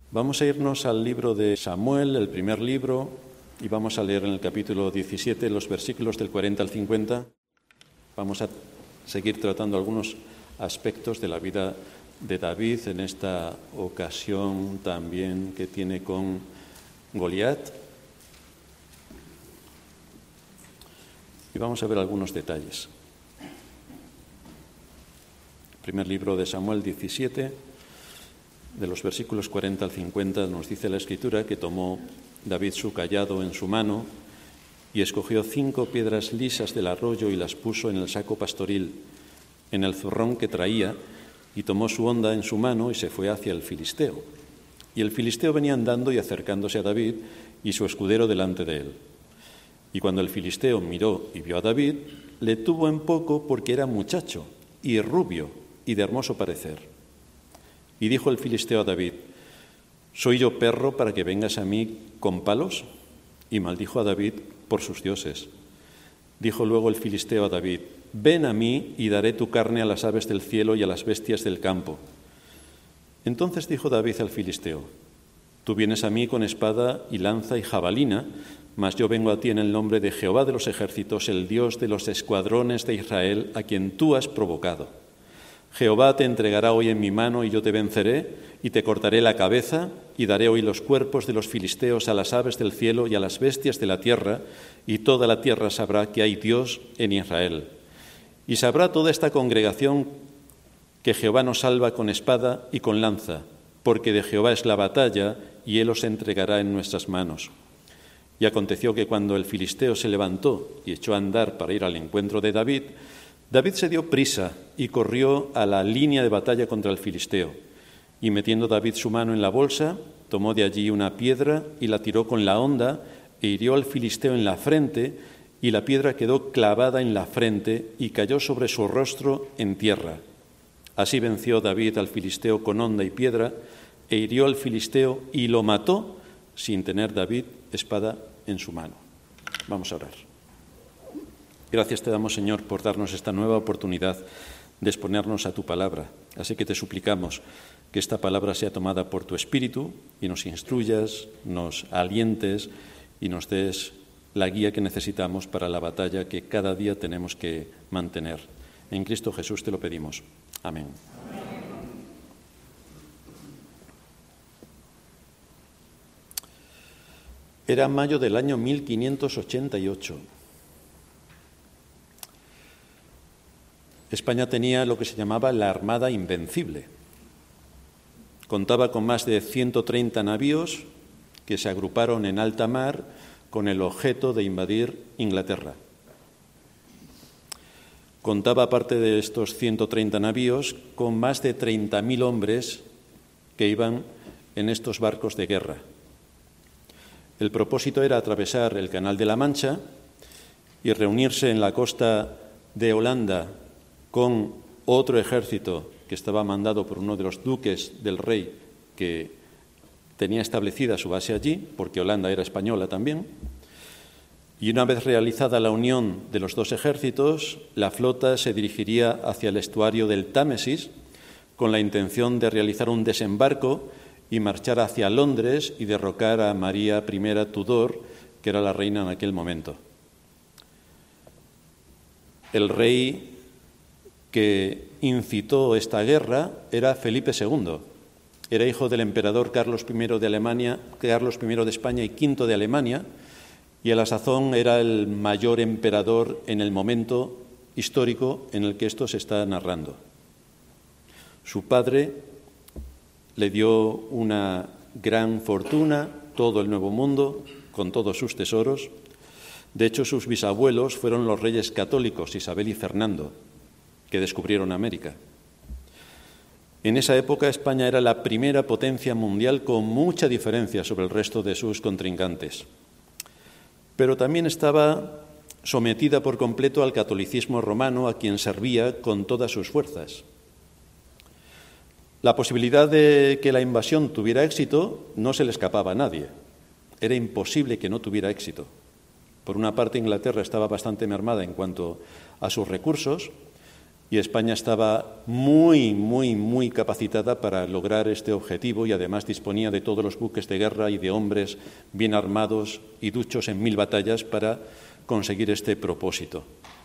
Vamos a irnos al libro de Samuel, el primer libro, y vamos a leer en el capítulo 17 los versículos del 40 al 50. Vamos a seguir tratando algunos aspectos de la vida de David en esta ocasión también que tiene con Goliat. Y vamos a ver algunos detalles. Primer libro de Samuel 17. De los versículos 40 al 50 nos dice la Escritura que tomó David su cayado en su mano y escogió 5 piedras lisas del arroyo y las puso en el saco pastoril, en el zurrón que traía, y tomó su honda en su mano y se fue hacia el filisteo. Y el filisteo venía andando y acercándose a David y su escudero delante de él. Y cuando el filisteo miró y vio a David, le tuvo en poco porque era muchacho y rubio y de hermoso parecer. Y dijo el filisteo a David: ¿soy yo perro para que vengas a mí con palos? Y maldijo a David por sus dioses. Dijo luego el filisteo a David: ven a mí y daré tu carne a las aves del cielo y a las bestias del campo. Entonces dijo David al filisteo: tú vienes a mí con espada y lanza y jabalina, mas yo vengo a ti en el nombre de Jehová de los ejércitos, el Dios de los escuadrones de Israel, a quien tú has provocado. Jehová te entregará hoy en mi mano y yo te venceré y te cortaré la cabeza y daré hoy los cuerpos de los filisteos a las aves del cielo y a las bestias de la tierra, y toda la tierra sabrá que hay Dios en Israel. Y sabrá toda esta congregación que Jehová nos salva con espada y con lanza, porque de Jehová es la batalla y él os entregará en nuestras manos. Y aconteció que cuando el filisteo se levantó y echó a andar para ir al encuentro de David, David se dio prisa y corrió a la línea de batalla contra el filisteo. Y metiendo David su mano en la bolsa, tomó de allí una piedra y la tiró con la honda e hirió al filisteo en la frente, y la piedra quedó clavada en la frente y cayó sobre su rostro en tierra. Así venció David al filisteo con honda y piedra e hirió al filisteo y lo mató sin tener David espada en su mano. Vamos a orar. Gracias te damos, Señor, por darnos esta nueva oportunidad de exponernos a tu palabra. Así que te suplicamos que esta palabra sea tomada por tu Espíritu y nos instruyas, nos alientes y nos des la guía que necesitamos para la batalla que cada día tenemos que mantener. En Cristo Jesús te lo pedimos. Amén. Era mayo del año 1588. España tenía lo que se llamaba la Armada Invencible. Contaba con más de 130 navíos que se agruparon en alta mar con el objeto de invadir Inglaterra. Contaba, aparte de estos 130 navíos, con más de 30.000 hombres que iban en estos barcos de guerra. El propósito era atravesar el Canal de la Mancha y reunirse en la costa de Holanda con otro ejército que estaba mandado por uno de los duques del rey que tenía establecida su base allí, porque Holanda era española también. Y una vez realizada la unión de los dos ejércitos, la flota se dirigiría hacia el estuario del Támesis con la intención de realizar un desembarco y marchar hacia Londres y derrocar a María I Tudor, que era la reina en aquel momento. El rey que incitó esta guerra era Felipe II. Era hijo del emperador Carlos I de Alemania, Carlos I de España y V de Alemania, y a la sazón era el mayor emperador en el momento histórico en el que esto se está narrando. Su padre le dio una gran fortuna, todo el Nuevo Mundo, con todos sus tesoros. De hecho, sus bisabuelos fueron los reyes católicos, Isabel y Fernando, que descubrieron América. En esa época España era la primera potencia mundial con mucha diferencia sobre el resto de sus contrincantes. Pero también estaba sometida por completo al catolicismo romano, a quien servía con todas sus fuerzas. La posibilidad de que la invasión tuviera éxito no se le escapaba a nadie. Era imposible que no tuviera éxito. Por una parte, Inglaterra estaba bastante mermada en cuanto a sus recursos, y España estaba muy capacitada para lograr este objetivo y además disponía de todos los buques de guerra y de hombres bien armados y duchos en 1000 batallas para conseguir este propósito.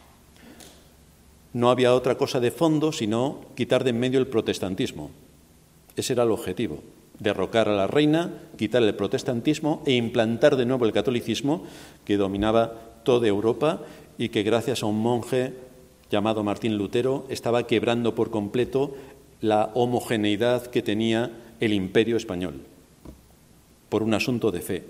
No había otra cosa de fondo sino quitar de en medio el protestantismo. Ese era el objetivo, derrocar a la reina, quitar el protestantismo e implantar de nuevo el catolicismo que dominaba toda Europa y que gracias a un monje llamado Martín Lutero estaba quebrando por completo la homogeneidad que tenía el Imperio español por un asunto de fe.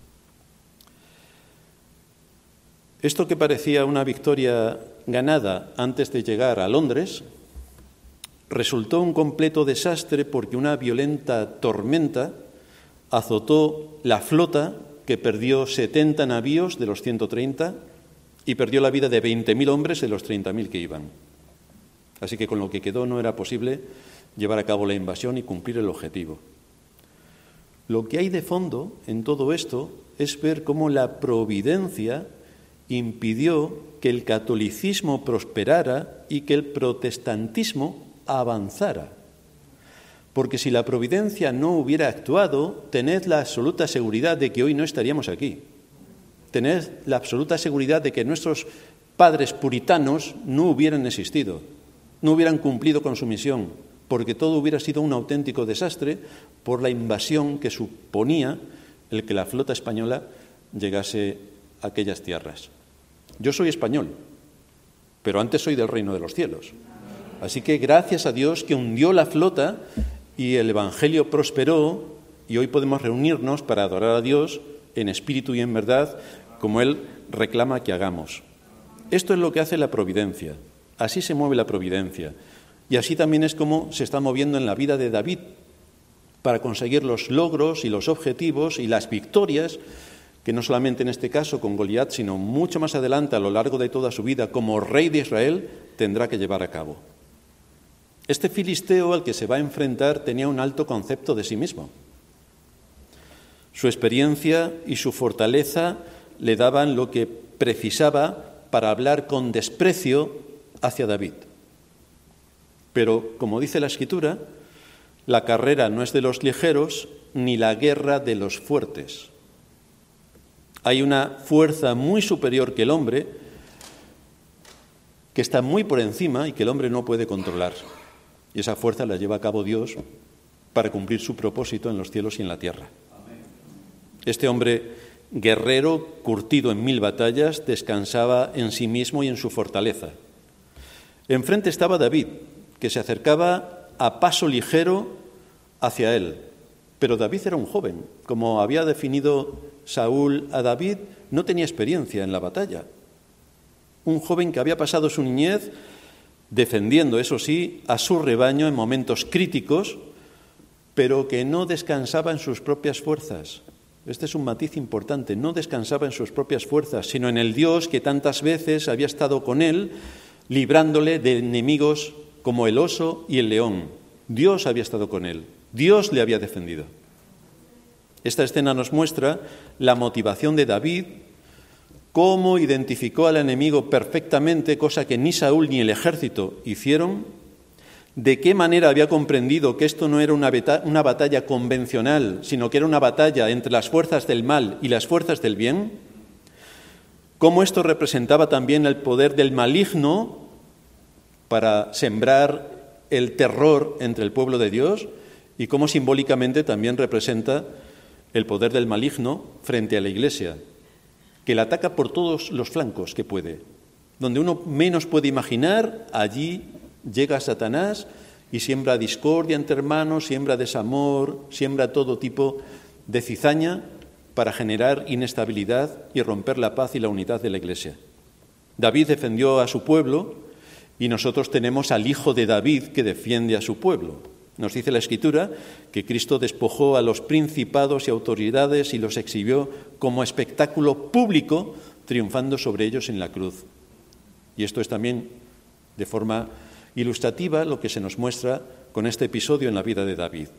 Esto que parecía una victoria ganada antes de llegar a Londres resultó un completo desastre porque una violenta tormenta azotó la flota que perdió 70 navíos de los 130 y perdió la vida de 20.000 hombres de los 30.000 que iban. Así que con lo que quedó no era posible llevar a cabo la invasión y cumplir el objetivo. Lo que hay de fondo en todo esto es ver cómo la providencia impidió que el catolicismo prosperara y que el protestantismo avanzara. Porque si la providencia no hubiera actuado, tened la absoluta seguridad de que hoy no estaríamos aquí. Tened la absoluta seguridad de que nuestros padres puritanos no hubieran existido, no hubieran cumplido con su misión, porque todo hubiera sido un auténtico desastre por la invasión que suponía el que la flota española llegase a aquellas tierras. Yo soy español, pero antes soy del reino de los cielos. Así que gracias a Dios que hundió la flota y el Evangelio prosperó y hoy podemos reunirnos para adorar a Dios en espíritu y en verdad, como Él reclama que hagamos. Esto es lo que hace la providencia. Así se mueve la providencia. Y así también es como se está moviendo en la vida de David para conseguir los logros y los objetivos y las victorias que no solamente en este caso con Goliat, sino mucho más adelante a lo largo de toda su vida como rey de Israel tendrá que llevar a cabo. Este filisteo al que se va a enfrentar tenía un alto concepto de sí mismo. Su experiencia y su fortaleza le daban lo que precisaba para hablar con desprecio hacia David. Pero, como dice la Escritura, la carrera no es de los ligeros ni la guerra de los fuertes. Hay una fuerza muy superior que el hombre, que está muy por encima y que el hombre no puede controlar. Y esa fuerza la lleva a cabo Dios para cumplir su propósito en los cielos y en la tierra. Este hombre guerrero, curtido en 1000 batallas, descansaba en sí mismo y en su fortaleza. Enfrente estaba David, que se acercaba a paso ligero hacia él. Pero David era un joven. Como había definido Saúl a David, no tenía experiencia en la batalla. Un joven que había pasado su niñez defendiendo, eso sí, a su rebaño en momentos críticos, pero que no descansaba en sus propias fuerzas. Este es un matiz importante, no descansaba en sus propias fuerzas, sino en el Dios que tantas veces había estado con él, librándole de enemigos como el oso y el león. Dios había estado con él, Dios le había defendido. Esta escena nos muestra la motivación de David, cómo identificó al enemigo perfectamente, cosa que ni Saúl ni el ejército hicieron, de qué manera había comprendido que esto no era una batalla convencional, sino que era una batalla entre las fuerzas del mal y las fuerzas del bien, cómo esto representaba también el poder del maligno para sembrar el terror entre el pueblo de Dios y cómo simbólicamente también representa el poder del maligno frente a la Iglesia, que la ataca por todos los flancos que puede. Donde uno menos puede imaginar, allí llega Satanás y siembra discordia entre hermanos, siembra desamor, siembra todo tipo de cizaña para generar inestabilidad y romper la paz y la unidad de la Iglesia. David defendió a su pueblo y nosotros tenemos al hijo de David que defiende a su pueblo. Nos dice la Escritura que Cristo despojó a los principados y autoridades y los exhibió como espectáculo público, triunfando sobre ellos en la cruz. Y esto es también, de forma ilustrativa, lo que se nos muestra con este episodio en la vida de David.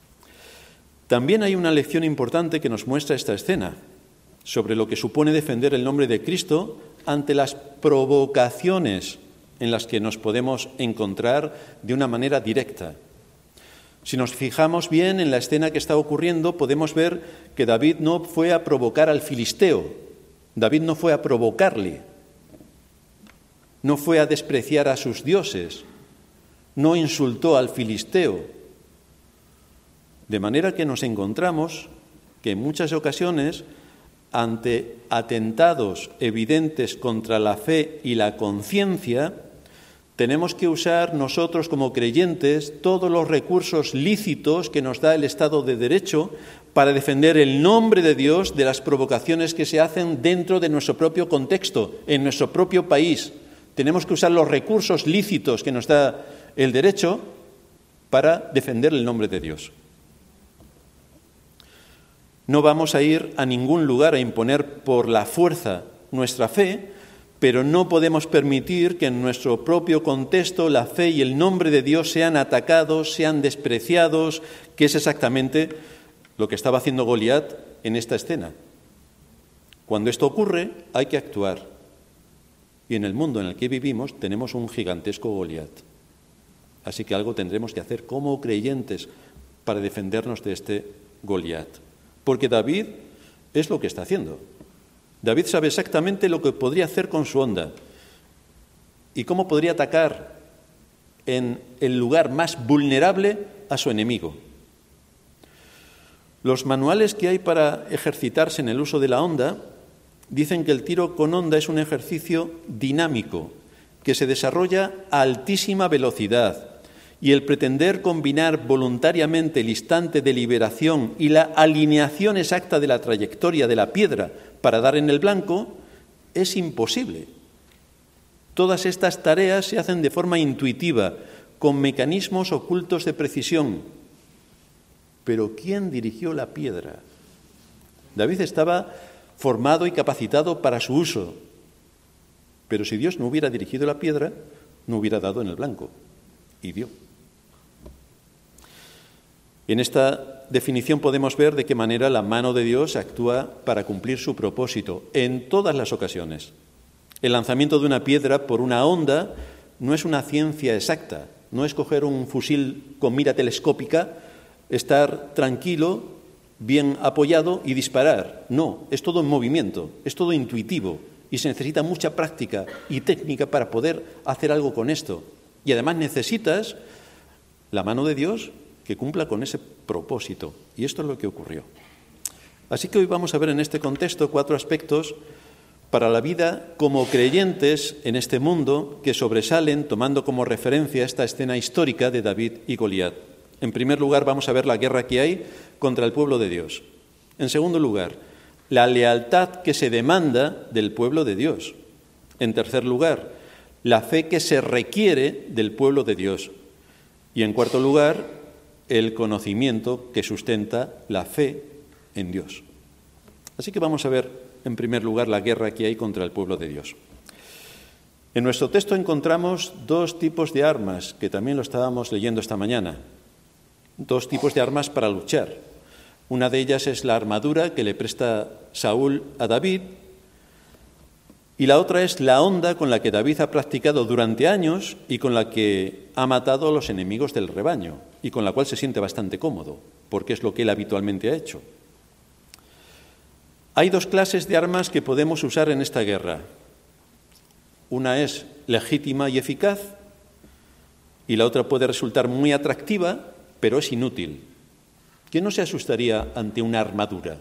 También hay una lección importante que nos muestra esta escena sobre lo que supone defender el nombre de Cristo ante las provocaciones en las que nos podemos encontrar de una manera directa. Si nos fijamos bien en la escena que está ocurriendo, podemos ver que David no fue a provocar al filisteo, David no fue a provocarle, no fue a despreciar a sus dioses, no insultó al filisteo. De manera que nos encontramos que en muchas ocasiones, ante atentados evidentes contra la fe y la conciencia, tenemos que usar nosotros como creyentes todos los recursos lícitos que nos da el Estado de Derecho para defender el nombre de Dios de las provocaciones que se hacen dentro de nuestro propio contexto, en nuestro propio país. Tenemos que usar los recursos lícitos que nos da el derecho para defender el nombre de Dios. No vamos a ir a ningún lugar a imponer por la fuerza nuestra fe, pero no podemos permitir que en nuestro propio contexto la fe y el nombre de Dios sean atacados, sean despreciados, que es exactamente lo que estaba haciendo Goliat en esta escena. Cuando esto ocurre, hay que actuar. Y en el mundo en el que vivimos tenemos un gigantesco Goliat. Así que algo tendremos que hacer como creyentes para defendernos de este Goliat. Porque David es lo que está haciendo. David sabe exactamente lo que podría hacer con su onda y cómo podría atacar en el lugar más vulnerable a su enemigo. Los manuales que hay para ejercitarse en el uso de la onda dicen que el tiro con onda es un ejercicio dinámico que se desarrolla a altísima velocidad. Y el pretender combinar voluntariamente el instante de liberación y la alineación exacta de la trayectoria de la piedra para dar en el blanco es imposible. Todas estas tareas se hacen de forma intuitiva, con mecanismos ocultos de precisión. Pero ¿quién dirigió la piedra? David estaba formado y capacitado para su uso. Pero si Dios no hubiera dirigido la piedra, no hubiera dado en el blanco. Y dio. En esta definición podemos ver de qué manera la mano de Dios actúa para cumplir su propósito en todas las ocasiones. El lanzamiento de una piedra por una onda no es una ciencia exacta, no es coger un fusil con mira telescópica, estar tranquilo, bien apoyado y disparar. No, es todo en movimiento, es todo intuitivo y se necesita mucha práctica y técnica para poder hacer algo con esto. Y además necesitas la mano de Dios que cumpla con ese propósito. Y esto es lo que ocurrió. Así que hoy vamos a ver en este contexto 4 aspectos para la vida como creyentes en este mundo que sobresalen tomando como referencia esta escena histórica de David y Goliat. En primer lugar, vamos a ver la guerra que hay contra el pueblo de Dios. En segundo lugar, la lealtad que se demanda del pueblo de Dios. En tercer lugar, la fe que se requiere del pueblo de Dios. Y en cuarto lugar, el conocimiento que sustenta la fe en Dios. Así que vamos a ver, en primer lugar, la guerra que hay contra el pueblo de Dios. En nuestro texto encontramos 2 tipos de armas, que también lo estábamos leyendo esta mañana. 2 tipos de armas para luchar. Una de ellas es la armadura que le presta Saúl a David, y la otra es la onda con la que David ha practicado durante años y con la que ha matado a los enemigos del rebaño y con la cual se siente bastante cómodo, porque es lo que él habitualmente ha hecho. Hay 2 clases de armas que podemos usar en esta guerra. Una es legítima y eficaz y la otra puede resultar muy atractiva, pero es inútil. ¿Quién no se asustaría ante una armadura?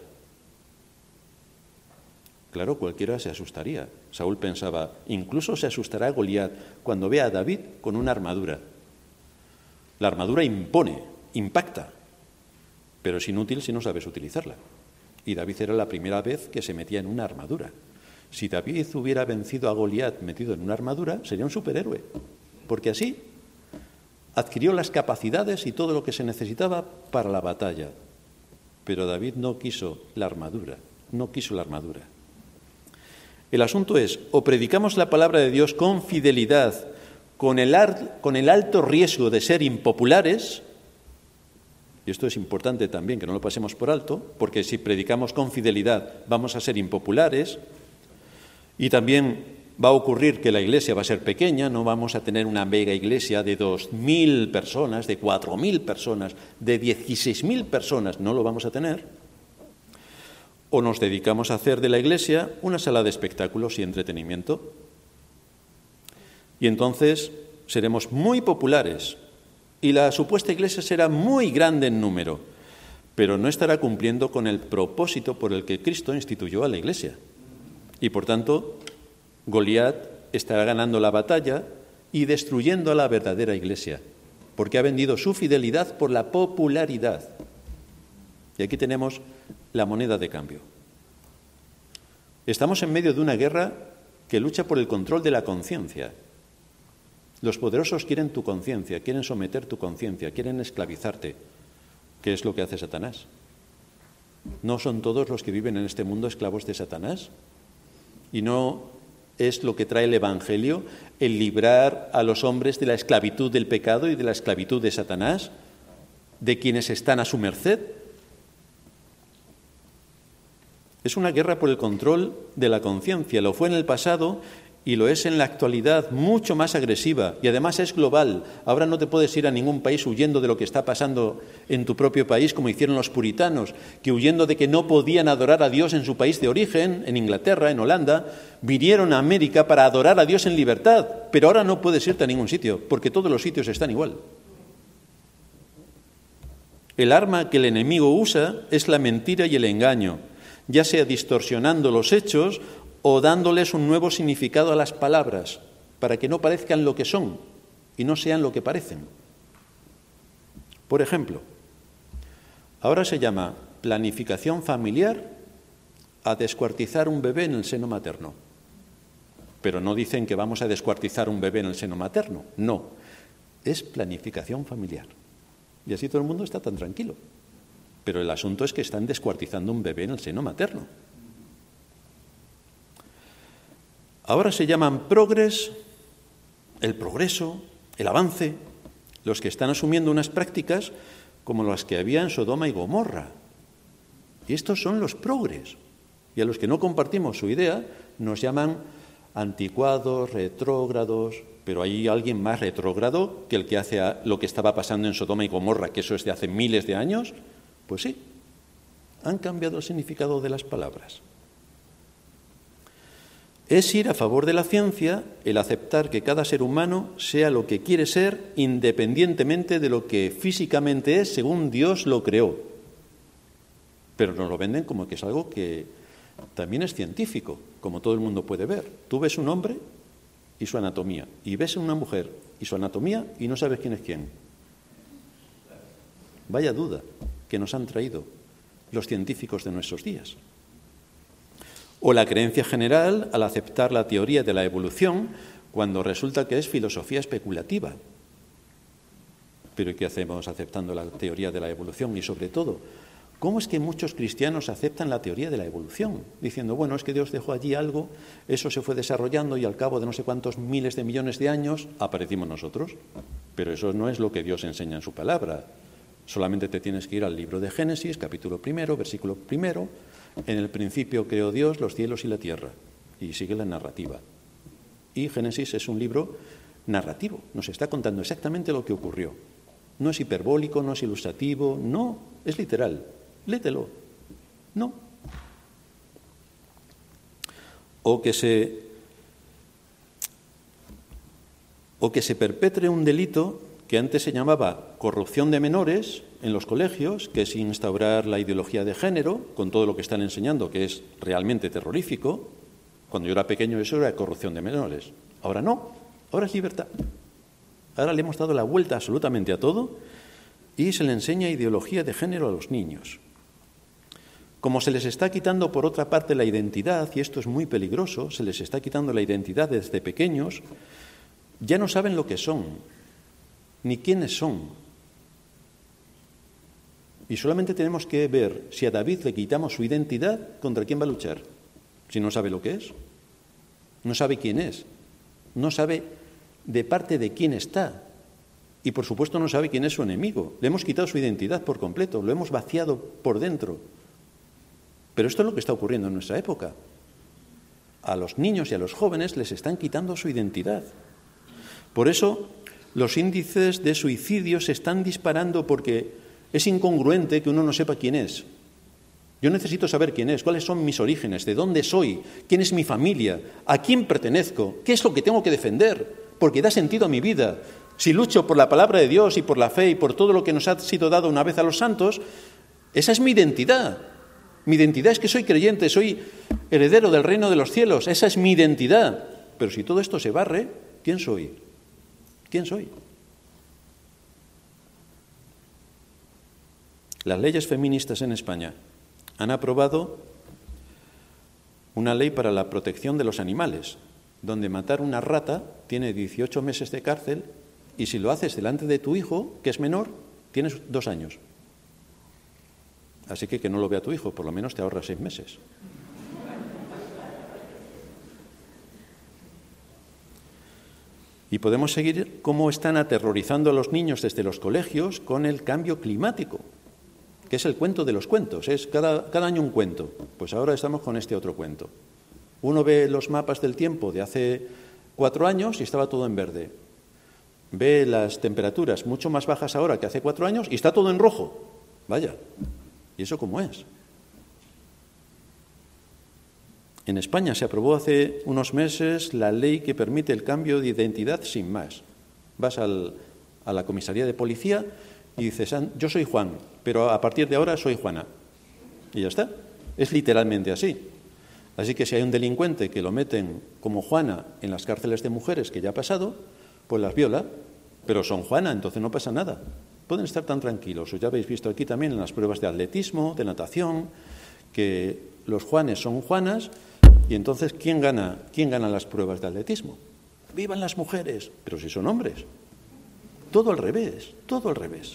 Claro, cualquiera se asustaría. Saúl pensaba, incluso se asustará Goliat cuando vea a David con una armadura. La armadura impone, impacta, pero es inútil si no sabes utilizarla. Y David era la primera vez que se metía en una armadura. Si David hubiera vencido a Goliat metido en una armadura, sería un superhéroe, porque así adquirió las capacidades y todo lo que se necesitaba para la batalla. Pero David no quiso la armadura, no quiso la armadura. El asunto es, o predicamos la palabra de Dios con fidelidad, con el alto riesgo de ser impopulares, y esto es importante también que no lo pasemos por alto, porque si predicamos con fidelidad vamos a ser impopulares, y también Va a ocurrir que la iglesia va a ser pequeña, no vamos a tener una mega iglesia de 2.000 personas, de 4.000 personas, de 16.000 personas, no lo vamos a tener. O nos dedicamos a hacer de la iglesia una sala de espectáculos y entretenimiento. Y entonces seremos muy populares y la supuesta iglesia será muy grande en número, pero no estará cumpliendo con el propósito por el que Cristo instituyó a la iglesia. Y por tanto, Goliat estará ganando la batalla y destruyendo a la verdadera iglesia, porque ha vendido su fidelidad por la popularidad. Y aquí tenemos la moneda de cambio. Estamos en medio de una guerra que lucha por el control de la conciencia. Los poderosos quieren tu conciencia, quieren someter tu conciencia, quieren esclavizarte. ¿Qué es lo que hace Satanás? ¿No son todos los que viven en este mundo esclavos de Satanás? ¿Y no es lo que trae el Evangelio, el librar a los hombres de la esclavitud del pecado y de la esclavitud de Satanás, de quienes están a su merced? Es una guerra por el control de la conciencia. Lo fue en el pasado y lo es en la actualidad, mucho más agresiva, y además es global. Ahora no te puedes ir a ningún país huyendo de lo que está pasando en tu propio país, como hicieron los puritanos, que huyendo de que no podían adorar a Dios en su país de origen, en Inglaterra, en Holanda, vinieron a América para adorar a Dios en libertad. Pero ahora no puedes irte a ningún sitio, porque todos los sitios están igual. El arma que el enemigo usa es la mentira y el engaño, ya sea distorsionando los hechos o dándoles un nuevo significado a las palabras, para que no parezcan lo que son y no sean lo que parecen. Por ejemplo, ahora se llama planificación familiar a descuartizar un bebé en el seno materno. Pero no dicen que vamos a descuartizar un bebé en el seno materno, no, es planificación familiar. Y así todo el mundo está tan tranquilo. Pero el asunto es que están descuartizando un bebé en el seno materno. Ahora se llaman progres, el progreso, el avance, los que están asumiendo unas prácticas como las que había en Sodoma y Gomorra. Y estos son los progres. Y a los que no compartimos su idea nos llaman anticuados, retrógrados, pero hay alguien más retrógrado que el que hace lo que estaba pasando en Sodoma y Gomorra, que eso es de hace miles de años. Pues sí, han cambiado el significado de las palabras. Es ir a favor de la ciencia el aceptar que cada ser humano sea lo que quiere ser independientemente de lo que físicamente es según Dios lo creó. Pero nos lo venden como que es algo que también es científico, como todo el mundo puede ver. Tú ves un hombre y su anatomía, y ves a una mujer y su anatomía y no sabes quién es quién. Vaya duda que nos han traído los científicos de nuestros días. O la creencia general al aceptar la teoría de la evolución cuando resulta que es filosofía especulativa. Pero ¿qué hacemos aceptando la teoría de la evolución? Y sobre todo, ¿cómo es que muchos cristianos aceptan la teoría de la evolución? Diciendo, bueno, es que Dios dejó allí algo, eso se fue desarrollando y al cabo de no sé cuántos miles de millones de años aparecimos nosotros. Pero eso no es lo que Dios enseña en su palabra. Solamente te tienes que ir al libro de Génesis, capítulo 1, versículo 1. En el principio creó Dios los cielos y la tierra. Y sigue la narrativa. Y Génesis es un libro narrativo. Nos está contando exactamente lo que ocurrió. No es hiperbólico, no es ilustrativo, no, es literal. Léetelo. No. O que se perpetre un delito que antes se llamaba corrupción de menores en los colegios, que es instaurar la ideología de género, con todo lo que están enseñando, que es realmente terrorífico. Cuando yo era pequeño eso era corrupción de menores. Ahora no, ahora es libertad. Ahora le hemos dado la vuelta absolutamente a todo y se le enseña ideología de género a los niños. Como se les está quitando por otra parte la identidad, y esto es muy peligroso, se les está quitando la identidad desde pequeños, ya no saben lo que son, ni quiénes son. Y solamente tenemos que ver si a David le quitamos su identidad, ¿contra quién va a luchar? Si no sabe lo que es, no sabe quién es, no sabe de parte de quién está y por supuesto no sabe quién es su enemigo. Le hemos quitado su identidad por completo, lo hemos vaciado por dentro. Pero esto es lo que está ocurriendo en nuestra época. a los niños y a los jóvenes les están quitando su identidad. Por eso los índices de suicidio se están disparando, porque es incongruente que uno no sepa quién es. Yo necesito saber quién es, cuáles son mis orígenes, de dónde soy, quién es mi familia, a quién pertenezco, qué es lo que tengo que defender, porque da sentido a mi vida. Si lucho por la palabra de Dios y por la fe y por todo lo que nos ha sido dado una vez a los santos, esa es mi identidad. Mi identidad es que soy creyente, soy heredero del reino de los cielos, esa es mi identidad. Pero si todo esto se barre, ¿quién soy? ¿Quién soy? Las leyes feministas en España han aprobado una ley para la protección de los animales, donde matar una rata tiene 18 meses de cárcel, y si lo haces delante de tu hijo, que es menor, tienes 2 años. Así que no lo vea tu hijo, por lo menos te ahorras 6 meses. Y podemos seguir cómo están aterrorizando a los niños desde los colegios con el cambio climático, que es el cuento de los cuentos, es cada año un cuento. Pues ahora estamos con este otro cuento. Uno ve los mapas del tiempo de hace 4 años y estaba todo en verde. Ve las temperaturas mucho más bajas ahora que hace 4 años y está todo en rojo. Vaya, ¿y eso cómo es? En España se aprobó hace unos meses la ley que permite el cambio de identidad sin más. Vas a la comisaría de policía y dices, yo soy Juan, pero a partir de ahora soy Juana. Y ya está. Es literalmente así. Así que si hay un delincuente que lo meten como Juana en las cárceles de mujeres, que ya ha pasado, pues las viola. Pero son Juana, entonces no pasa nada. Pueden estar tan tranquilos. Os ya habéis visto aquí también en las pruebas de atletismo, de natación, que los Juanes son Juanas. Y entonces, ¿quién gana las pruebas de atletismo? ¡Vivan las mujeres! Pero si son hombres. Todo al revés, todo al revés.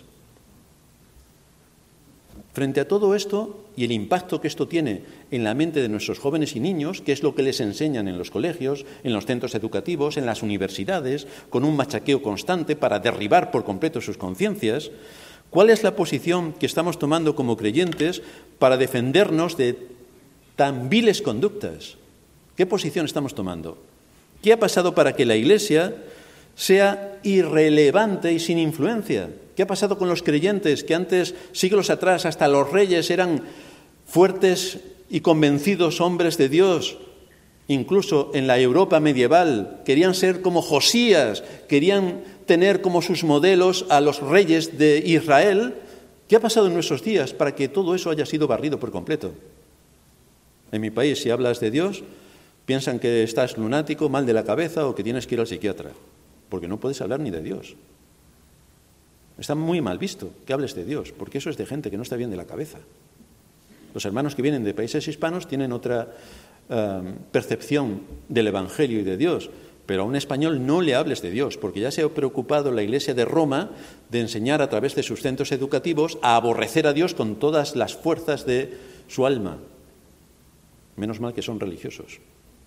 Frente a todo esto y el impacto que esto tiene en la mente de nuestros jóvenes y niños, que es lo que les enseñan en los colegios, en los centros educativos, en las universidades, con un machaqueo constante para derribar por completo sus conciencias, ¿cuál es la posición que estamos tomando como creyentes para defendernos de tan viles conductas? ¿Qué posición estamos tomando? ¿Qué ha pasado para que la Iglesia sea irrelevante y sin influencia? ¿Qué ha pasado con los creyentes que antes, siglos atrás, hasta los reyes eran fuertes y convencidos hombres de Dios? Incluso en la Europa medieval querían ser como Josías, querían tener como sus modelos a los reyes de Israel. ¿Qué ha pasado en nuestros días para que todo eso haya sido barrido por completo? En mi país, si hablas de Dios, piensan que estás lunático, mal de la cabeza o que tienes que ir al psiquiatra, porque no puedes hablar ni de Dios. Está muy mal visto que hables de Dios, porque eso es de gente que no está bien de la cabeza. Los hermanos que vienen de países hispanos tienen otra percepción del Evangelio y de Dios, pero a un español no le hables de Dios, porque ya se ha preocupado la Iglesia de Roma de enseñar a través de sus centros educativos a aborrecer a Dios con todas las fuerzas de su alma. Menos mal que son religiosos.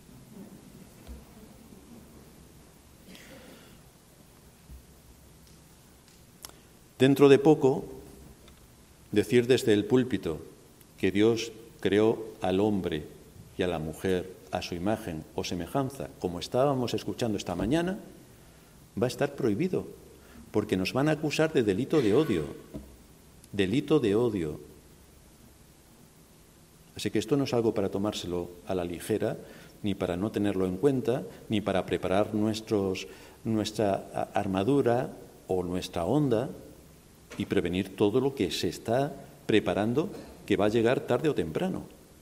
Dentro de poco, decir desde el púlpito que Dios creó al hombre y a la mujer a su imagen o semejanza, como estábamos escuchando esta mañana, va a estar prohibido, porque nos van a acusar de delito de odio. Delito de odio. Así que esto no es algo para tomárselo a la ligera, ni para no tenerlo en cuenta, ni para preparar nuestra armadura o nuestra onda y prevenir todo lo que se está preparando, que va a llegar tarde o temprano.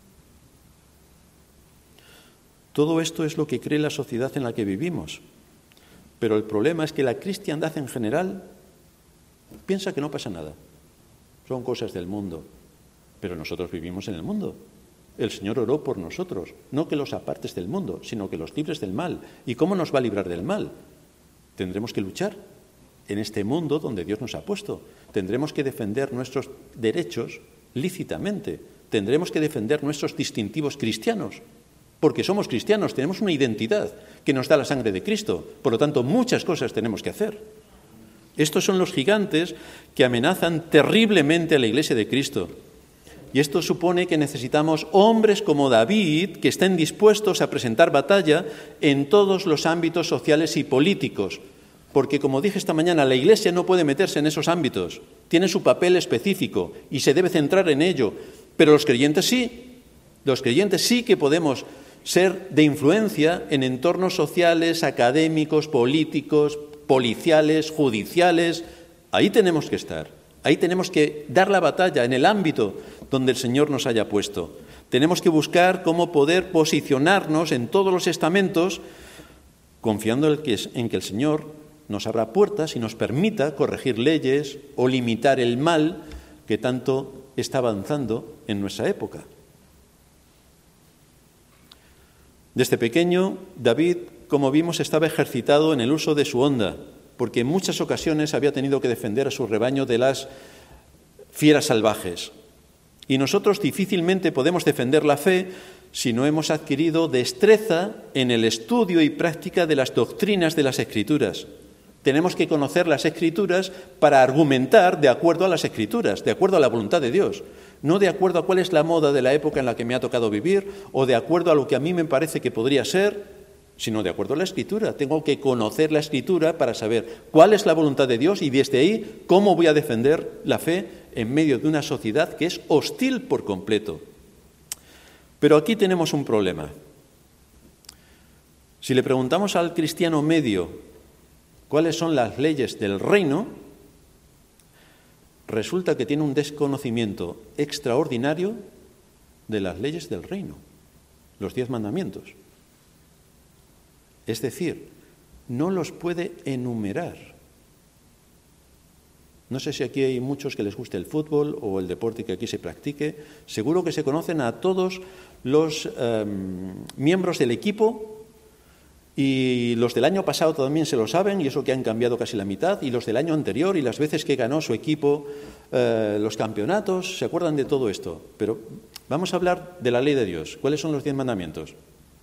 Todo esto es lo que cree la sociedad en la que vivimos. Pero el problema es que la cristiandad en general piensa que no pasa nada. Son cosas del mundo. Pero nosotros vivimos en el mundo. El Señor oró por nosotros, no que los apartes del mundo, sino que los libres del mal. ¿Y cómo nos va a librar del mal? Tendremos que luchar en este mundo donde Dios nos ha puesto. Tendremos que defender nuestros derechos lícitamente. Tendremos que defender nuestros distintivos cristianos, porque somos cristianos, tenemos una identidad que nos da la sangre de Cristo. Por lo tanto, muchas cosas tenemos que hacer. Estos son los gigantes que amenazan terriblemente a la Iglesia de Cristo. Y esto supone que necesitamos hombres como David que estén dispuestos a presentar batalla en todos los ámbitos sociales y políticos. Porque, como dije esta mañana, la Iglesia no puede meterse en esos ámbitos. Tiene su papel específico y se debe centrar en ello. Pero los creyentes sí. Los creyentes sí que podemos ser de influencia en entornos sociales, académicos, políticos, policiales, judiciales. Ahí tenemos que estar. Ahí tenemos que dar la batalla en el ámbito donde el Señor nos haya puesto. Tenemos que buscar cómo poder posicionarnos en todos los estamentos, confiando en que el Señor nos abra puertas y nos permita corregir leyes o limitar el mal que tanto está avanzando en nuestra época. Desde pequeño, David, como vimos, estaba ejercitado en el uso de su honda, porque en muchas ocasiones había tenido que defender a su rebaño de las fieras salvajes. Y nosotros difícilmente podemos defender la fe si no hemos adquirido destreza en el estudio y práctica de las doctrinas de las Escrituras. Tenemos que conocer las Escrituras para argumentar de acuerdo a las Escrituras, de acuerdo a la voluntad de Dios, no de acuerdo a cuál es la moda de la época en la que me ha tocado vivir o de acuerdo a lo que a mí me parece que podría ser, sino de acuerdo a la Escritura. Tengo que conocer la Escritura para saber cuál es la voluntad de Dios y desde ahí cómo voy a defender la fe en medio de una sociedad que es hostil por completo. Pero aquí tenemos un problema. Si le preguntamos al cristiano medio cuáles son las leyes del reino, resulta que tiene un desconocimiento extraordinario de las leyes del reino, los 10 mandamientos. Es decir, no los puede enumerar. No sé si aquí hay muchos que les guste el fútbol o el deporte que aquí se practique. Seguro que se conocen a todos los miembros del equipo y los del año pasado también se lo saben, y eso que han cambiado casi la mitad, y los del año anterior y las veces que ganó su equipo los campeonatos, se acuerdan de todo esto. Pero vamos a hablar de la ley de Dios. ¿Cuáles son los 10 mandamientos?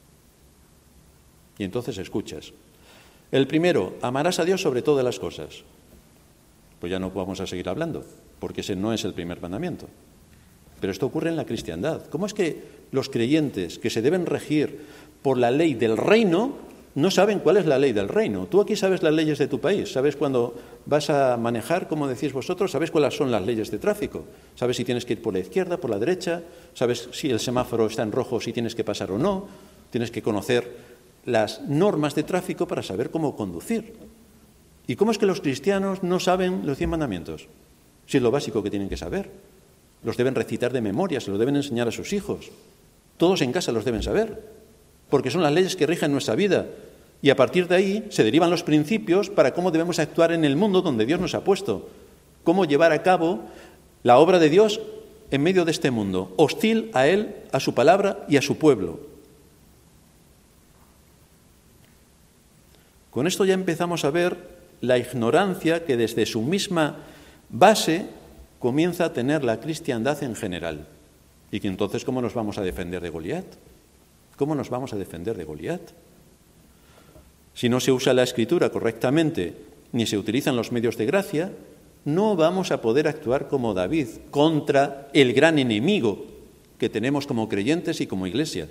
Y entonces escuchas. El primero, amarás a Dios sobre todas las cosas. Pues ya no vamos a seguir hablando, porque ese no es el primer mandamiento. Pero esto ocurre en la cristiandad. ¿Cómo es que los creyentes que se deben regir por la ley del reino no saben cuál es la ley del reino? Tú aquí sabes las leyes de tu país, sabes cuando vas a manejar, como decís vosotros, sabes cuáles son las leyes de tráfico, sabes si tienes que ir por la izquierda, por la derecha, sabes si el semáforo está en rojo, si tienes que pasar o no, tienes que conocer las normas de tráfico para saber cómo conducir. ¿Y cómo es que los cristianos no saben los 10 mandamientos? Si es lo básico que tienen que saber. Los deben recitar de memoria, se lo deben enseñar a sus hijos. Todos en casa los deben saber, porque son las leyes que rigen nuestra vida. Y a partir de ahí se derivan los principios para cómo debemos actuar en el mundo donde Dios nos ha puesto. Cómo llevar a cabo la obra de Dios en medio de este mundo, hostil a Él, a su palabra y a su pueblo. Con esto ya empezamos a ver la ignorancia que desde su misma base comienza a tener la cristiandad en general. Y que entonces, ¿cómo nos vamos a defender de Goliat? ¿Cómo nos vamos a defender de Goliat? Si no se usa la Escritura correctamente, ni se utilizan los medios de gracia, no vamos a poder actuar como David contra el gran enemigo que tenemos como creyentes y como iglesia.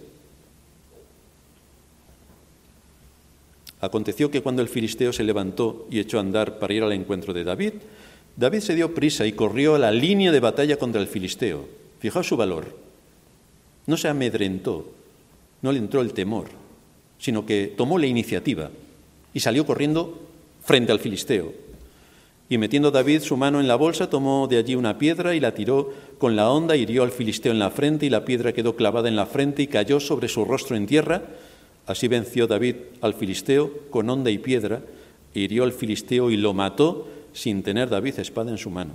Aconteció que cuando el filisteo se levantó y echó a andar para ir al encuentro de David, David se dio prisa y corrió a la línea de batalla contra el filisteo. Fijaos su valor. No se amedrentó, no le entró el temor, sino que tomó la iniciativa y salió corriendo frente al filisteo. Y metiendo David su mano en la bolsa, tomó de allí una piedra y la tiró con la honda, hirió al filisteo en la frente, y la piedra quedó clavada en la frente y cayó sobre su rostro en tierra. Así venció David al filisteo con honda y piedra, hirió al filisteo y lo mató sin tener David espada en su mano.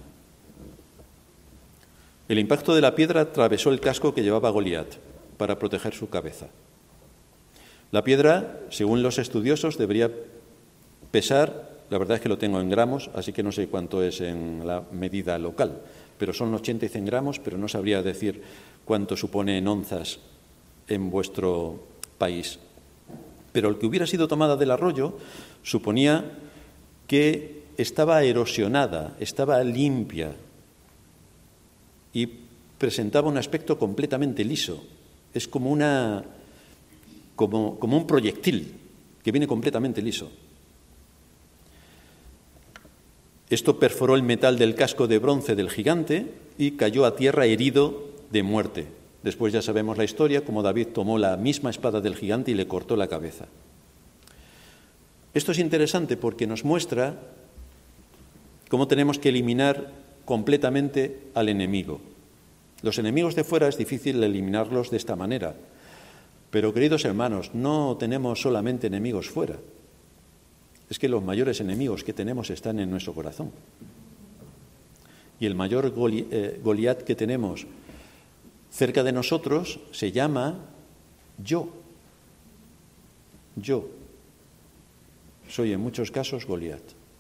El impacto de la piedra atravesó el casco que llevaba Goliat para proteger su cabeza. La piedra, según los estudiosos, debería pesar, la verdad es que lo tengo en gramos, así que no sé cuánto es en la medida local, pero son 80 y 100 gramos, pero no sabría decir cuánto supone en onzas en vuestro país. Pero el que hubiera sido tomada del arroyo suponía que estaba erosionada, estaba limpia y presentaba un aspecto completamente liso. Es como un proyectil que viene completamente liso. Esto perforó el metal del casco de bronce del gigante y cayó a tierra herido de muerte. Después ya sabemos la historia, cómo David tomó la misma espada del gigante y le cortó la cabeza. Esto es interesante porque nos muestra cómo tenemos que eliminar completamente al enemigo. Los enemigos de fuera es difícil eliminarlos de esta manera, pero queridos hermanos, no tenemos solamente enemigos fuera. Es que los mayores enemigos que tenemos están en nuestro corazón. Y el mayor Goliat que tenemos cerca de nosotros se llama yo. Yo soy en muchos casos Goliat.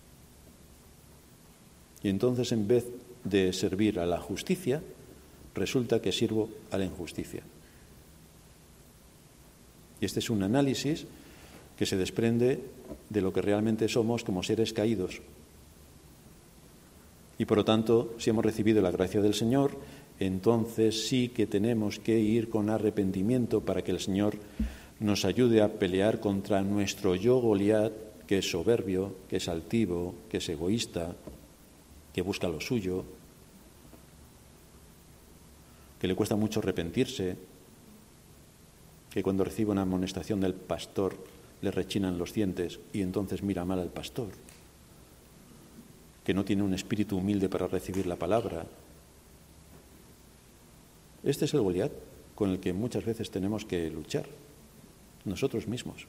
Y entonces, en vez de servir a la justicia, resulta que sirvo a la injusticia. Y este es un análisis que se desprende de lo que realmente somos como seres caídos. Y por lo tanto, si hemos recibido la gracia del Señor, entonces sí que tenemos que ir con arrepentimiento para que el Señor nos ayude a pelear contra nuestro yo Goliat, que es soberbio, que es altivo, que es egoísta, que busca lo suyo, que le cuesta mucho arrepentirse, que cuando recibe una amonestación del pastor le rechinan los dientes y entonces mira mal al pastor, que no tiene un espíritu humilde para recibir la palabra. Este es el Goliat con el que muchas veces tenemos que luchar, nosotros mismos.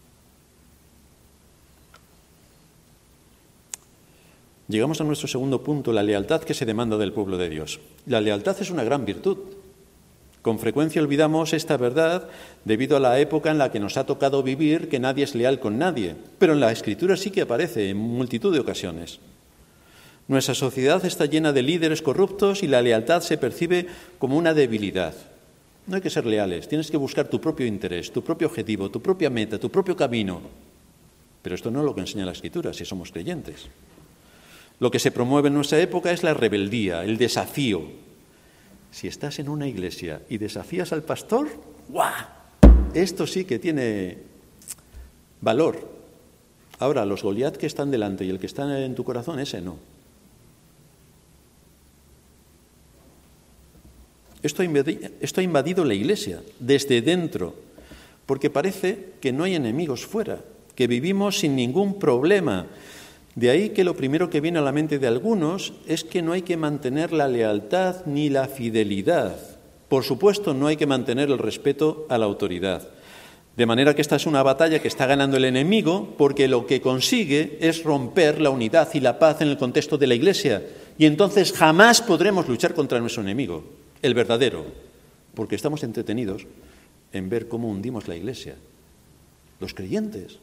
Llegamos a nuestro segundo punto, la lealtad que se demanda del pueblo de Dios. La lealtad es una gran virtud. Con frecuencia olvidamos esta verdad debido a la época en la que nos ha tocado vivir, que nadie es leal con nadie. Pero en la Escritura sí que aparece en multitud de ocasiones. Nuestra sociedad está llena de líderes corruptos y la lealtad se percibe como una debilidad. No hay que ser leales, tienes que buscar tu propio interés, tu propio objetivo, tu propia meta, tu propio camino. Pero esto no es lo que enseña la Escritura, si somos creyentes. Lo que se promueve en nuestra época es la rebeldía, el desafío. Si estás en una iglesia y desafías al pastor, ¡guau! Esto sí que tiene valor. Ahora, los Goliat que están delante y el que está en tu corazón, ese no. Esto ha invadido la iglesia desde dentro, porque parece que no hay enemigos fuera, que vivimos sin ningún problema. De ahí que lo primero que viene a la mente de algunos es que no hay que mantener la lealtad ni la fidelidad. Por supuesto, no hay que mantener el respeto a la autoridad. De manera que esta es una batalla que está ganando el enemigo porque lo que consigue es romper la unidad y la paz en el contexto de la Iglesia. Y entonces jamás podremos luchar contra nuestro enemigo, el verdadero, porque estamos entretenidos en ver cómo hundimos la Iglesia. Los creyentes.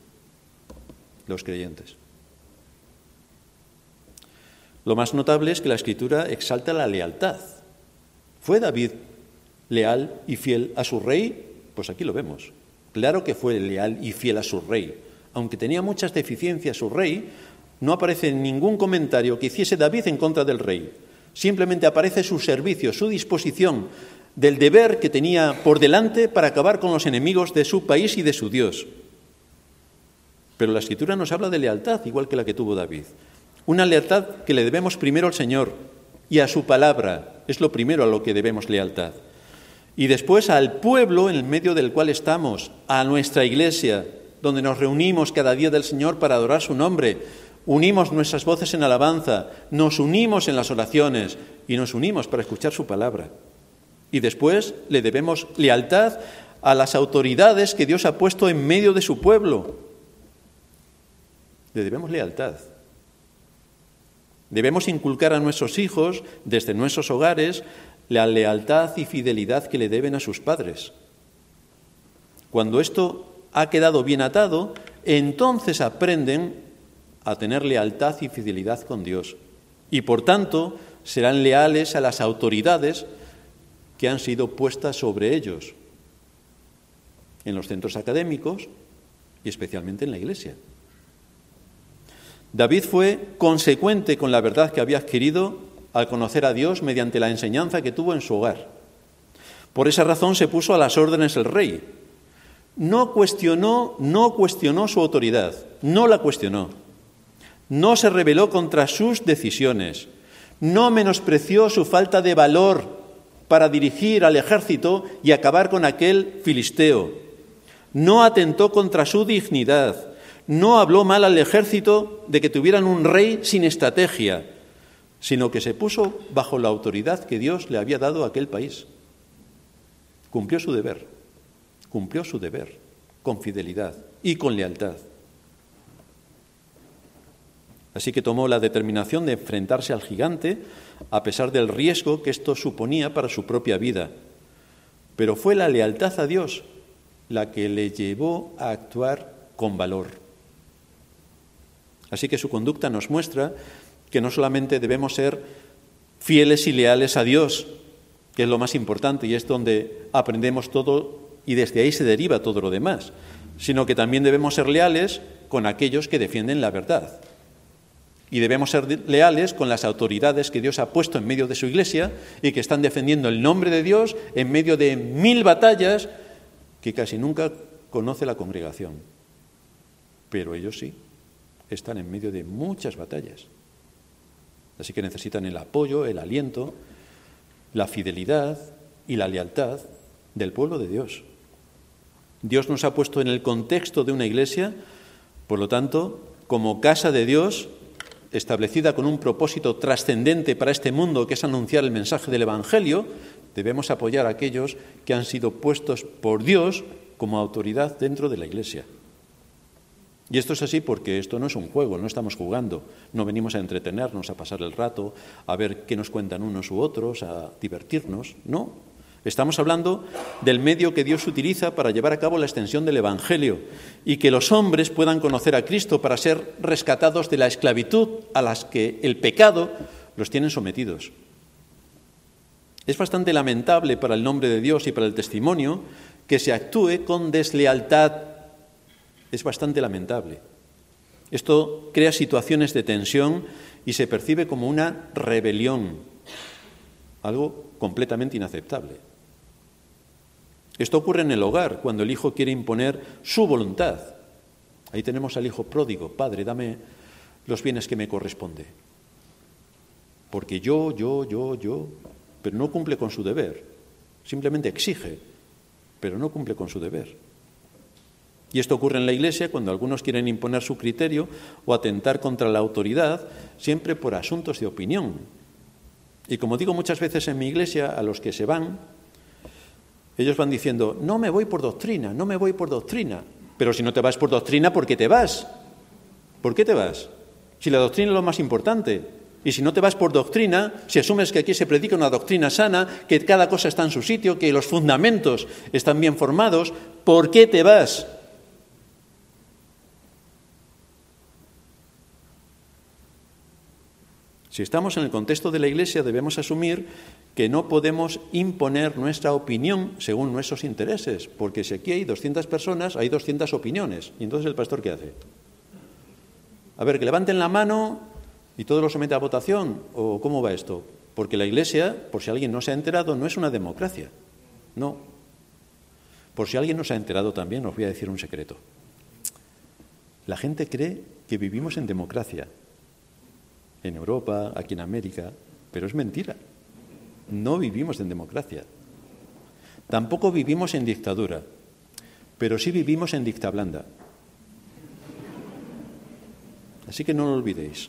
Lo más notable es que la Escritura exalta la lealtad. ¿Fue David leal y fiel a su rey? Pues aquí lo vemos. Claro que fue leal y fiel a su rey. Aunque tenía muchas deficiencias su rey, no aparece ningún comentario que hiciese David en contra del rey. Simplemente aparece su servicio, su disposición del deber que tenía por delante para acabar con los enemigos de su país y de su Dios. Pero la Escritura nos habla de lealtad, igual que la que tuvo David. Una lealtad que le debemos primero al Señor y a su palabra. Es lo primero a lo que debemos lealtad. Y después al pueblo en el medio del cual estamos, a nuestra iglesia, donde nos reunimos cada día del Señor para adorar su nombre. Unimos nuestras voces en alabanza, nos unimos en las oraciones y nos unimos para escuchar su palabra. Y después le debemos lealtad a las autoridades que Dios ha puesto en medio de su pueblo. Le debemos lealtad. Debemos inculcar a nuestros hijos, desde nuestros hogares, la lealtad y fidelidad que le deben a sus padres. Cuando esto ha quedado bien atado, entonces aprenden a tener lealtad y fidelidad con Dios. Y por tanto, serán leales a las autoridades que han sido puestas sobre ellos, en los centros académicos y especialmente en la Iglesia. David fue consecuente con la verdad que había adquirido al conocer a Dios mediante la enseñanza que tuvo en su hogar. Por esa razón se puso a las órdenes del rey. No cuestionó su autoridad, no la cuestionó. No se rebeló contra sus decisiones, no menospreció su falta de valor para dirigir al ejército y acabar con aquel filisteo. No atentó contra su dignidad, no habló mal al ejército de que tuvieran un rey sin estrategia, sino que se puso bajo la autoridad que Dios le había dado a aquel país. Cumplió su deber con fidelidad y con lealtad. Así que tomó la determinación de enfrentarse al gigante a pesar del riesgo que esto suponía para su propia vida. Pero fue la lealtad a Dios la que le llevó a actuar con valor. Así que su conducta nos muestra que no solamente debemos ser fieles y leales a Dios, que es lo más importante y es donde aprendemos todo y desde ahí se deriva todo lo demás, sino que también debemos ser leales con aquellos que defienden la verdad. Y debemos ser leales con las autoridades que Dios ha puesto en medio de su Iglesia y que están defendiendo el nombre de Dios en medio de 1000 batallas que casi nunca conoce la congregación. Pero ellos sí, están en medio de muchas batallas. Así que necesitan el apoyo, el aliento, la fidelidad y la lealtad del pueblo de Dios. Dios nos ha puesto en el contexto de una iglesia, por lo tanto, como casa de Dios, establecida con un propósito trascendente para este mundo, que es anunciar el mensaje del Evangelio, debemos apoyar a aquellos que han sido puestos por Dios como autoridad dentro de la iglesia. Y esto es así porque esto no es un juego, no estamos jugando, no venimos a entretenernos, a pasar el rato, a ver qué nos cuentan unos u otros, a divertirnos, no. Estamos hablando del medio que Dios utiliza para llevar a cabo la extensión del Evangelio y que los hombres puedan conocer a Cristo para ser rescatados de la esclavitud a las que el pecado los tiene sometidos. Es bastante lamentable para el nombre de Dios y para el testimonio que se actúe con deslealtad. Es bastante lamentable. Esto crea situaciones de tensión y se percibe como una rebelión, algo completamente inaceptable. Esto ocurre en el hogar, cuando el hijo quiere imponer su voluntad. Ahí tenemos al hijo pródigo: Padre, dame los bienes que me corresponde. Porque yo, pero no cumple con su deber. Simplemente exige, pero no cumple con su deber. Y esto ocurre en la Iglesia cuando algunos quieren imponer su criterio o atentar contra la autoridad, siempre por asuntos de opinión. Y como digo muchas veces en mi Iglesia, a los que se van, ellos van diciendo: no me voy por doctrina, no me voy por doctrina. Pero si no te vas por doctrina, ¿por qué te vas? ¿Por qué te vas? Si la doctrina es lo más importante. Y si no te vas por doctrina, si asumes que aquí se predica una doctrina sana, que cada cosa está en su sitio, que los fundamentos están bien formados, ¿por qué te vas? Si estamos en el contexto de la Iglesia, debemos asumir que no podemos imponer nuestra opinión según nuestros intereses, porque si aquí hay 200 personas, hay 200 opiniones. ¿Y entonces el pastor qué hace? A ver, que levanten la mano y todo lo somete a votación, ¿o cómo va esto? Porque la Iglesia, por si alguien no se ha enterado, no es una democracia. No. Por si alguien no se ha enterado también, os voy a decir un secreto. La gente cree que vivimos en democracia. En Europa, aquí en América, pero es mentira. No vivimos en democracia. Tampoco vivimos en dictadura, pero sí vivimos en dictablanda. Así que no lo olvidéis.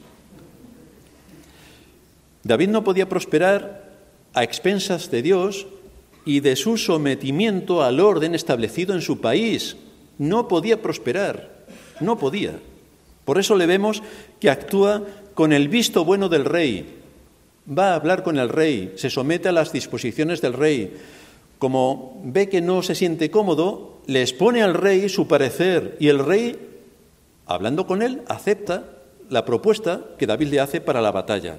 David no podía prosperar a expensas de Dios y de su sometimiento al orden establecido en su país. No podía prosperar, no podía. Por eso le vemos que actúa con el visto bueno del rey. Va a hablar con el rey, se somete a las disposiciones del rey. Como ve que no se siente cómodo, le expone al rey su parecer y el rey, hablando con él, acepta la propuesta que David le hace para la batalla.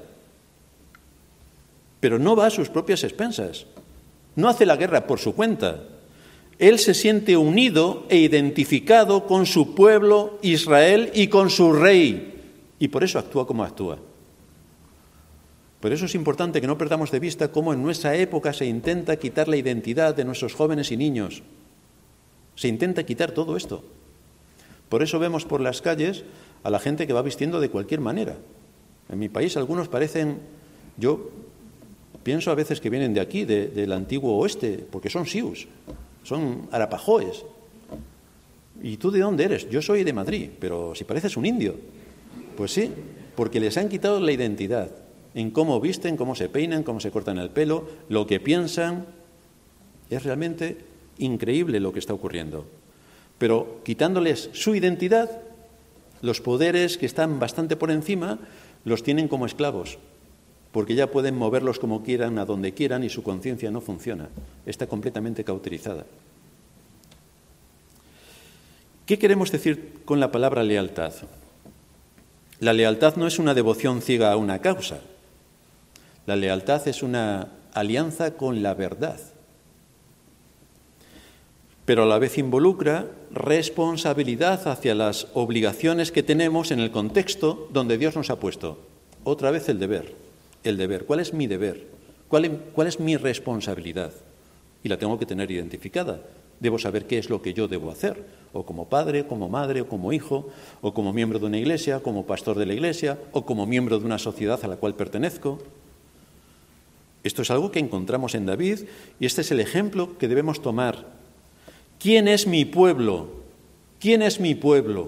Pero no va a sus propias expensas, no hace la guerra por su cuenta. Él se siente unido e identificado con su pueblo Israel y con su rey. Y por eso actúa como actúa. Por eso es importante que no perdamos de vista cómo en nuestra época se intenta quitar la identidad de nuestros jóvenes y niños. Se intenta quitar todo esto. Por eso vemos por las calles a la gente que va vistiendo de cualquier manera. En mi país algunos parecen, yo pienso a veces que vienen de aquí, del antiguo oeste, porque son sius, son arapajoes. ¿Y tú de dónde eres? Yo soy de Madrid, pero si pareces un indio. Pues sí, porque les han quitado la identidad en cómo visten, cómo se peinan, cómo se cortan el pelo, lo que piensan. Es realmente increíble lo que está ocurriendo. Pero quitándoles su identidad, los poderes que están bastante por encima los tienen como esclavos, porque ya pueden moverlos como quieran, a donde quieran, y su conciencia no funciona. Está completamente cauterizada. ¿Qué queremos decir con la palabra lealtad? La lealtad no es una devoción ciega a una causa. La lealtad es una alianza con la verdad, pero a la vez involucra responsabilidad hacia las obligaciones que tenemos en el contexto donde Dios nos ha puesto. Otra vez el deber. El deber. ¿Cuál es mi deber? ¿Cuál es mi responsabilidad? Y la tengo que tener identificada. Debo saber qué es lo que yo debo hacer, o como padre, como madre, o como hijo, o como miembro de una iglesia, como pastor de la iglesia, o como miembro de una sociedad a la cual pertenezco. Esto es algo que encontramos en David, y este es el ejemplo que debemos tomar. ¿Quién es mi pueblo? ¿Quién es mi pueblo?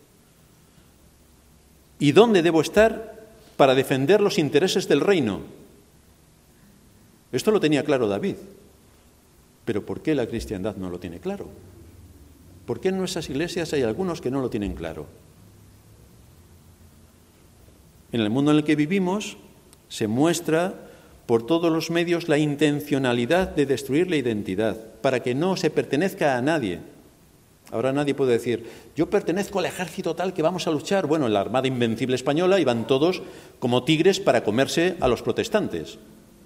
¿Y dónde debo estar para defender los intereses del reino? Esto lo tenía claro David. Pero ¿por qué la cristiandad no lo tiene claro? ¿Por qué en nuestras iglesias hay algunos que no lo tienen claro? En el mundo en el que vivimos se muestra por todos los medios la intencionalidad de destruir la identidad, para que no se pertenezca a nadie. Ahora nadie puede decir, yo pertenezco al ejército tal que vamos a luchar. Bueno, en la Armada Invencible Española iban todos como tigres para comerse a los protestantes.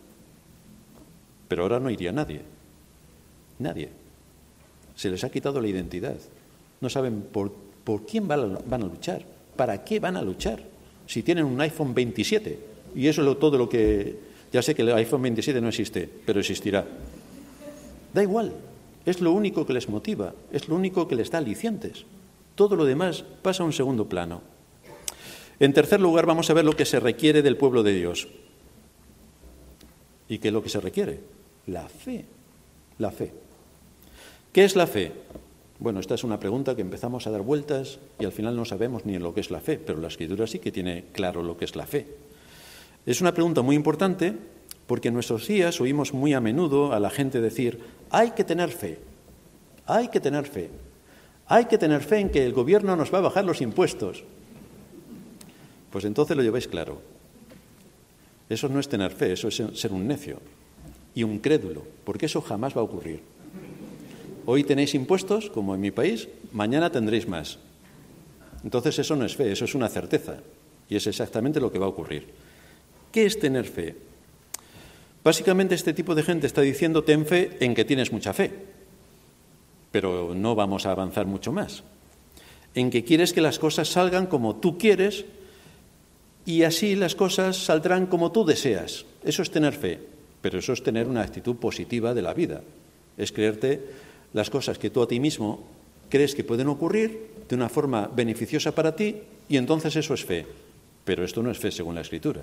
Pero ahora no iría nadie. Nadie. Se les ha quitado la identidad. No saben por quién van a luchar, para qué van a luchar, si tienen un iPhone 27. Y eso es todo lo que... Ya sé que el iPhone 27 no existe, pero existirá. Da igual, es lo único que les motiva, es lo único que les da alicientes. Todo lo demás pasa a un segundo plano. En tercer lugar, vamos a ver lo que se requiere del pueblo de Dios. ¿Y qué es lo que se requiere? La fe. La fe. ¿Qué es la fe? Bueno, esta es una pregunta que empezamos a dar vueltas y al final no sabemos ni en lo que es la fe, pero la Escritura sí que tiene claro lo que es la fe. Es una pregunta muy importante porque en nuestros días oímos muy a menudo a la gente decir, hay que tener fe, hay que tener fe, hay que tener fe en que el gobierno nos va a bajar los impuestos. Pues entonces lo lleváis claro. Eso no es tener fe, eso es ser un necio y un crédulo, porque eso jamás va a ocurrir. Hoy tenéis impuestos, como en mi país, mañana tendréis más. Entonces eso no es fe, eso es una certeza y es exactamente lo que va a ocurrir. ¿Qué es tener fe? Básicamente este tipo de gente está diciendo ten fe en que tienes mucha fe, pero no vamos a avanzar mucho más. En que quieres que las cosas salgan como tú quieres y así las cosas saldrán como tú deseas. Eso es tener fe, pero eso es tener una actitud positiva de la vida. Es creerte las cosas que tú a ti mismo crees que pueden ocurrir de una forma beneficiosa para ti y entonces eso es fe. Pero esto no es fe según la Escritura.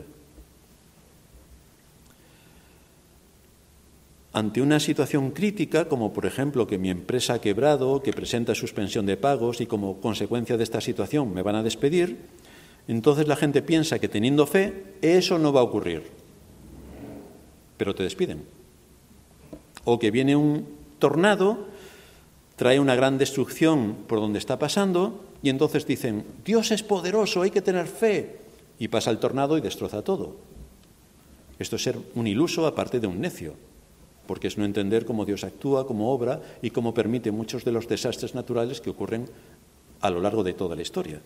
Ante una situación crítica, como por ejemplo que mi empresa ha quebrado, que presenta suspensión de pagos y como consecuencia de esta situación me van a despedir, entonces la gente piensa que teniendo fe eso no va a ocurrir, pero te despiden. O que viene un tornado, trae una gran destrucción por donde está pasando y entonces dicen, Dios es poderoso, hay que tener fe. Y pasa el tornado y destroza todo. Esto es ser un iluso aparte de un necio, porque es no entender cómo Dios actúa, cómo obra y cómo permite muchos de los desastres naturales que ocurren a lo largo de toda la historia.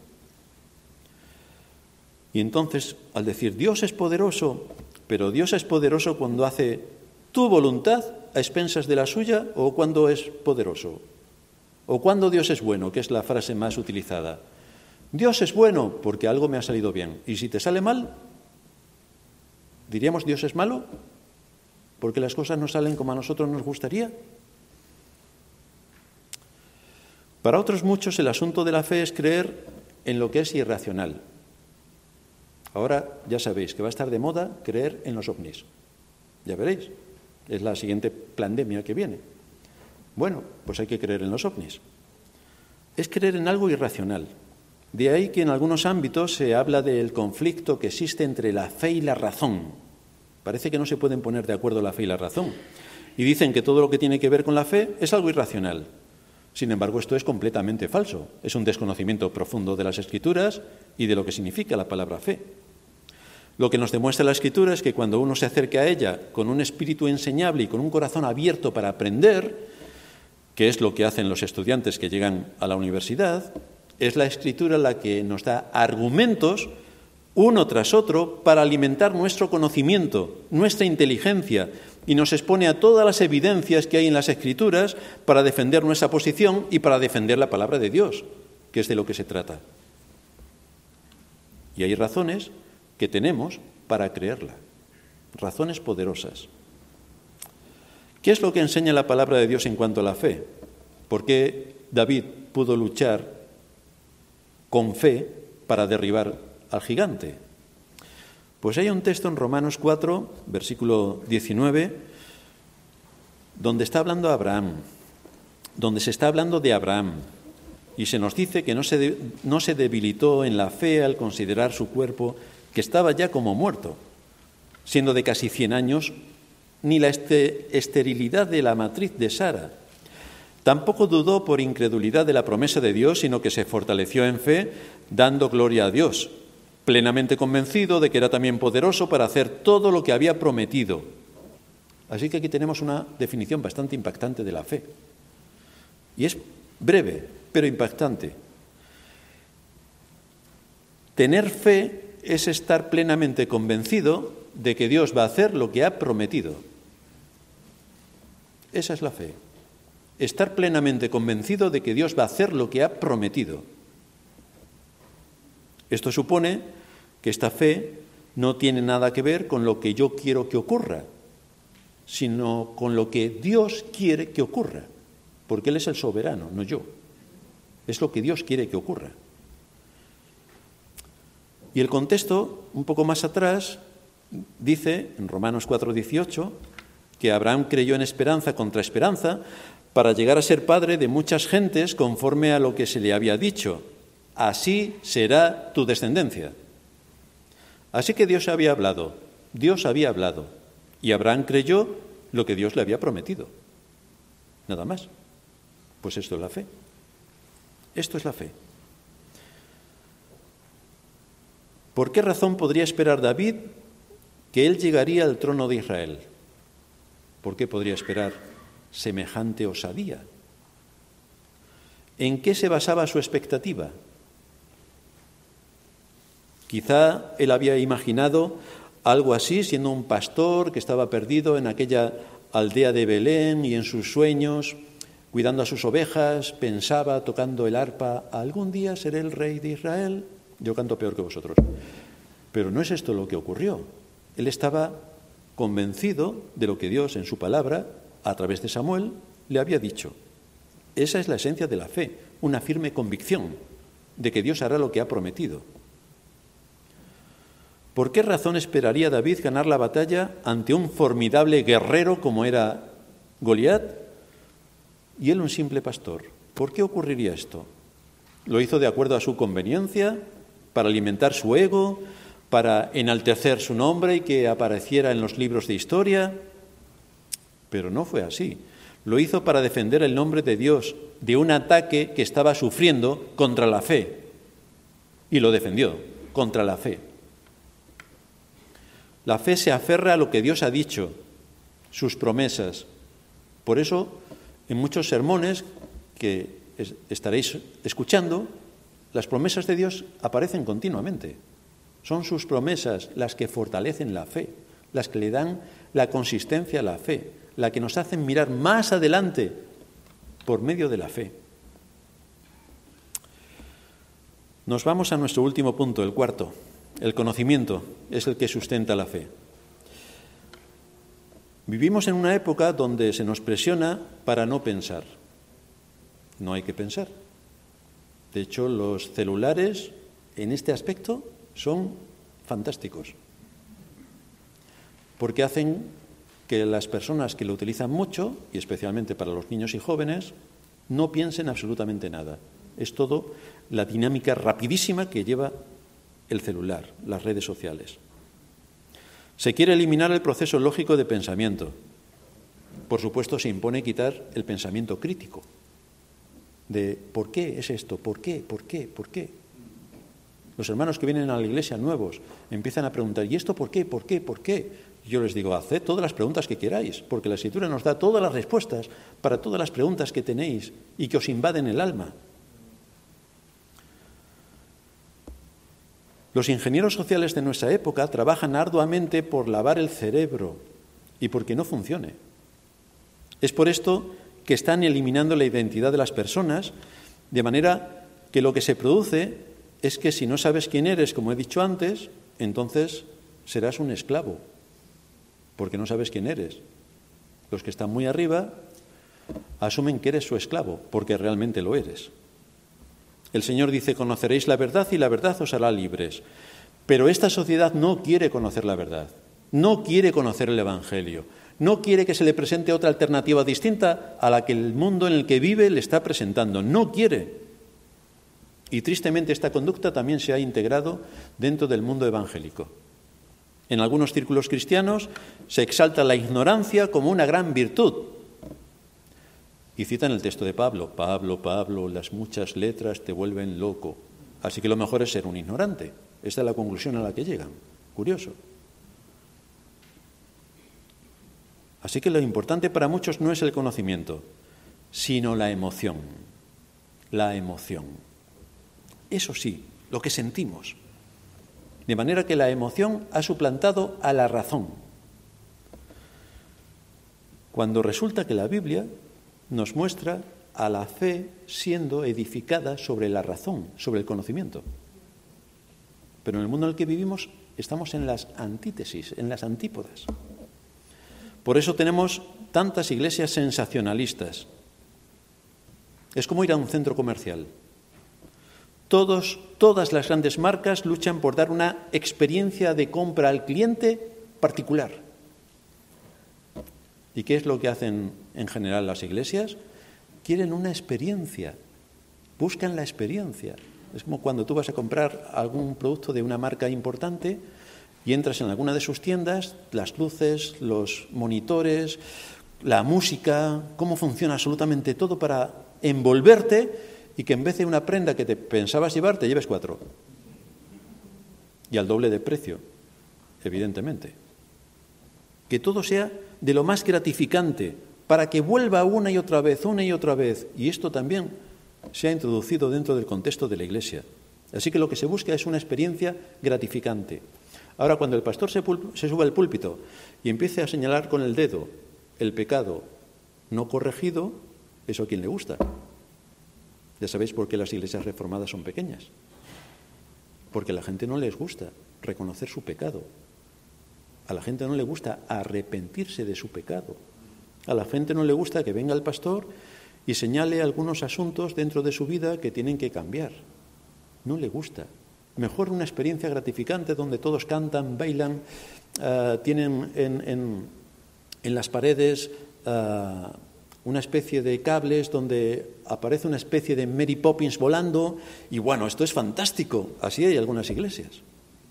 Y entonces, al decir Dios es poderoso, pero Dios es poderoso cuando hace tu voluntad a expensas de la suya o cuando es poderoso. O cuando Dios es bueno, que es la frase más utilizada. Dios es bueno porque algo me ha salido bien. Y si te sale mal, ¿Diríamos Dios es malo? ¿Porque las cosas no salen como a nosotros nos gustaría? Para otros muchos el asunto de la fe es creer en lo que es irracional. Ahora ya sabéis que va a estar de moda creer en los ovnis. Ya veréis, es la siguiente pandemia que viene. Bueno, pues hay que creer en los ovnis. Es creer en algo irracional. De ahí que en algunos ámbitos se habla del conflicto que existe entre la fe y la razón. Parece que no se pueden poner de acuerdo la fe y la razón. Y dicen que todo lo que tiene que ver con la fe es algo irracional. Sin embargo, esto es completamente falso. Es un desconocimiento profundo de las Escrituras y de lo que significa la palabra fe. Lo que nos demuestra la Escritura es que cuando uno se acerca a ella con un espíritu enseñable y con un corazón abierto para aprender, que es lo que hacen los estudiantes que llegan a la universidad, es la Escritura la que nos da argumentos uno tras otro para alimentar nuestro conocimiento, nuestra inteligencia, y nos expone a todas las evidencias que hay en las Escrituras para defender nuestra posición y para defender la palabra de Dios, que es de lo que se trata. Y hay razones que tenemos para creerla, razones poderosas. ¿Qué es lo que enseña la palabra de Dios en cuanto a la fe? ¿Por qué David pudo luchar con fe para derribar al gigante? Pues hay un texto en Romanos 4, versículo 19, donde está hablando Abraham, donde se está hablando de Abraham, y se nos dice que no se debilitó en la fe al considerar su cuerpo, que estaba ya como muerto, siendo de casi 100 años, ni la esterilidad de la matriz de Sara. Tampoco dudó por incredulidad de la promesa de Dios, sino que se fortaleció en fe, dando gloria a Dios, plenamente convencido de que era también poderoso para hacer todo lo que había prometido. Así que aquí tenemos una definición bastante impactante de la fe. Y es breve, pero impactante. Tener fe es estar plenamente convencido de que Dios va a hacer lo que ha prometido. Esa es la fe. Estar plenamente convencido de que Dios va a hacer lo que ha prometido. Esto supone que esta fe no tiene nada que ver con lo que yo quiero que ocurra, sino con lo que Dios quiere que ocurra, porque Él es el soberano, no yo. Es lo que Dios quiere que ocurra. Y el contexto, un poco más atrás, dice en Romanos 4:18 que Abraham creyó en esperanza contra esperanza para llegar a ser padre de muchas gentes conforme a lo que se le había dicho. Así será tu descendencia. Así que Dios había hablado, y Abraham creyó lo que Dios le había prometido. Nada más. Pues esto es la fe. Esto es la fe. ¿Por qué razón podría esperar David que él llegaría al trono de Israel? ¿Por qué podría esperar semejante osadía? ¿En qué se basaba su expectativa? Quizá él había imaginado algo así, siendo un pastor que estaba perdido en aquella aldea de Belén y en sus sueños, cuidando a sus ovejas, pensaba, tocando el arpa, ¿algún día seré el rey de Israel? Yo canto peor que vosotros. Pero no es esto lo que ocurrió. Él estaba convencido de lo que Dios en su palabra, a través de Samuel, le había dicho. Esa es la esencia de la fe, una firme convicción de que Dios hará lo que ha prometido. ¿Por qué razón esperaría David ganar la batalla ante un formidable guerrero como era Goliat y él un simple pastor? ¿Por qué ocurriría esto? ¿Lo hizo de acuerdo a su conveniencia, para alimentar su ego, para enaltecer su nombre y que apareciera en los libros de historia? Pero no fue así. Lo hizo para defender el nombre de Dios de un ataque que estaba sufriendo contra la fe. Y lo defendió, contra la fe. La fe se aferra a lo que Dios ha dicho, sus promesas. Por eso, en muchos sermones que estaréis escuchando, las promesas de Dios aparecen continuamente. Son sus promesas las que fortalecen la fe, las que le dan la consistencia a la fe, la que nos hacen mirar más adelante por medio de la fe. Nos vamos a nuestro último punto, el cuarto. El conocimiento es el que sustenta la fe. Vivimos en una época donde se nos presiona para no pensar. No hay que pensar. De hecho, los celulares en este aspecto son fantásticos, porque hacen que las personas que lo utilizan mucho, y especialmente para los niños y jóvenes, no piensen absolutamente nada. Es todo la dinámica rapidísima que lleva el celular, las redes sociales. Se quiere eliminar el proceso lógico de pensamiento. Por supuesto, se impone quitar el pensamiento crítico, de ¿por qué es esto? ¿Por qué? ¿Por qué? ¿Por qué? Los hermanos que vienen a la iglesia nuevos empiezan a preguntar, ¿y esto por qué? ¿Por qué? ¿Por qué? Yo les digo, haced todas las preguntas que queráis, porque la Escritura nos da todas las respuestas para todas las preguntas que tenéis y que os invaden el alma. Los ingenieros sociales de nuestra época trabajan arduamente por lavar el cerebro y porque no funcione. Es por esto que están eliminando la identidad de las personas, de manera que lo que se produce es que si no sabes quién eres, como he dicho antes, entonces serás un esclavo, porque no sabes quién eres. Los que están muy arriba asumen que eres su esclavo, porque realmente lo eres. El Señor dice, conoceréis la verdad y la verdad os hará libres. Pero esta sociedad no quiere conocer la verdad, no quiere conocer el Evangelio, no quiere que se le presente otra alternativa distinta a la que el mundo en el que vive le está presentando, no quiere. Y tristemente esta conducta también se ha integrado dentro del mundo evangélico. En algunos círculos cristianos se exalta la ignorancia como una gran virtud. Y citan el texto de Pablo, Pablo, las muchas letras te vuelven loco. Así que lo mejor es ser un ignorante. Esta es la conclusión a la que llegan. Curioso. Así que lo importante para muchos no es el conocimiento, sino la emoción. La emoción. Eso sí, lo que sentimos. De manera que la emoción ha suplantado a la razón. Cuando resulta que la Biblia nos muestra a la fe siendo edificada sobre la razón, sobre el conocimiento. Pero en el mundo en el que vivimos estamos en las antítesis, en las antípodas. Por eso tenemos tantas iglesias sensacionalistas. Es como ir a un centro comercial. Todas las grandes marcas luchan por dar una experiencia de compra al cliente particular. ¿Y qué es lo que hacen en general las iglesias? Quieren una experiencia, buscan la experiencia. Es como cuando tú vas a comprar algún producto de una marca importante y entras en alguna de sus tiendas, las luces, los monitores, la música, cómo funciona absolutamente todo para envolverte y que en vez de una prenda que te pensabas llevar, te lleves 4. Y al doble de precio, evidentemente. Que todo sea de lo más gratificante, para que vuelva una y otra vez. Y esto también se ha introducido dentro del contexto de la Iglesia. Así que lo que se busca es una experiencia gratificante. Ahora, cuando el pastor se suba al púlpito y empiece a señalar con el dedo el pecado no corregido, ¿eso a quién le gusta? Ya sabéis por qué las iglesias reformadas son pequeñas. Porque a la gente no les gusta reconocer su pecado. A la gente no le gusta arrepentirse de su pecado. A la gente no le gusta que venga el pastor y señale algunos asuntos dentro de su vida que tienen que cambiar. No le gusta. Mejor una experiencia gratificante donde todos cantan, bailan, tienen en las paredes una especie de cables donde aparece una especie de Mary Poppins volando y bueno, esto es fantástico. Así hay algunas iglesias.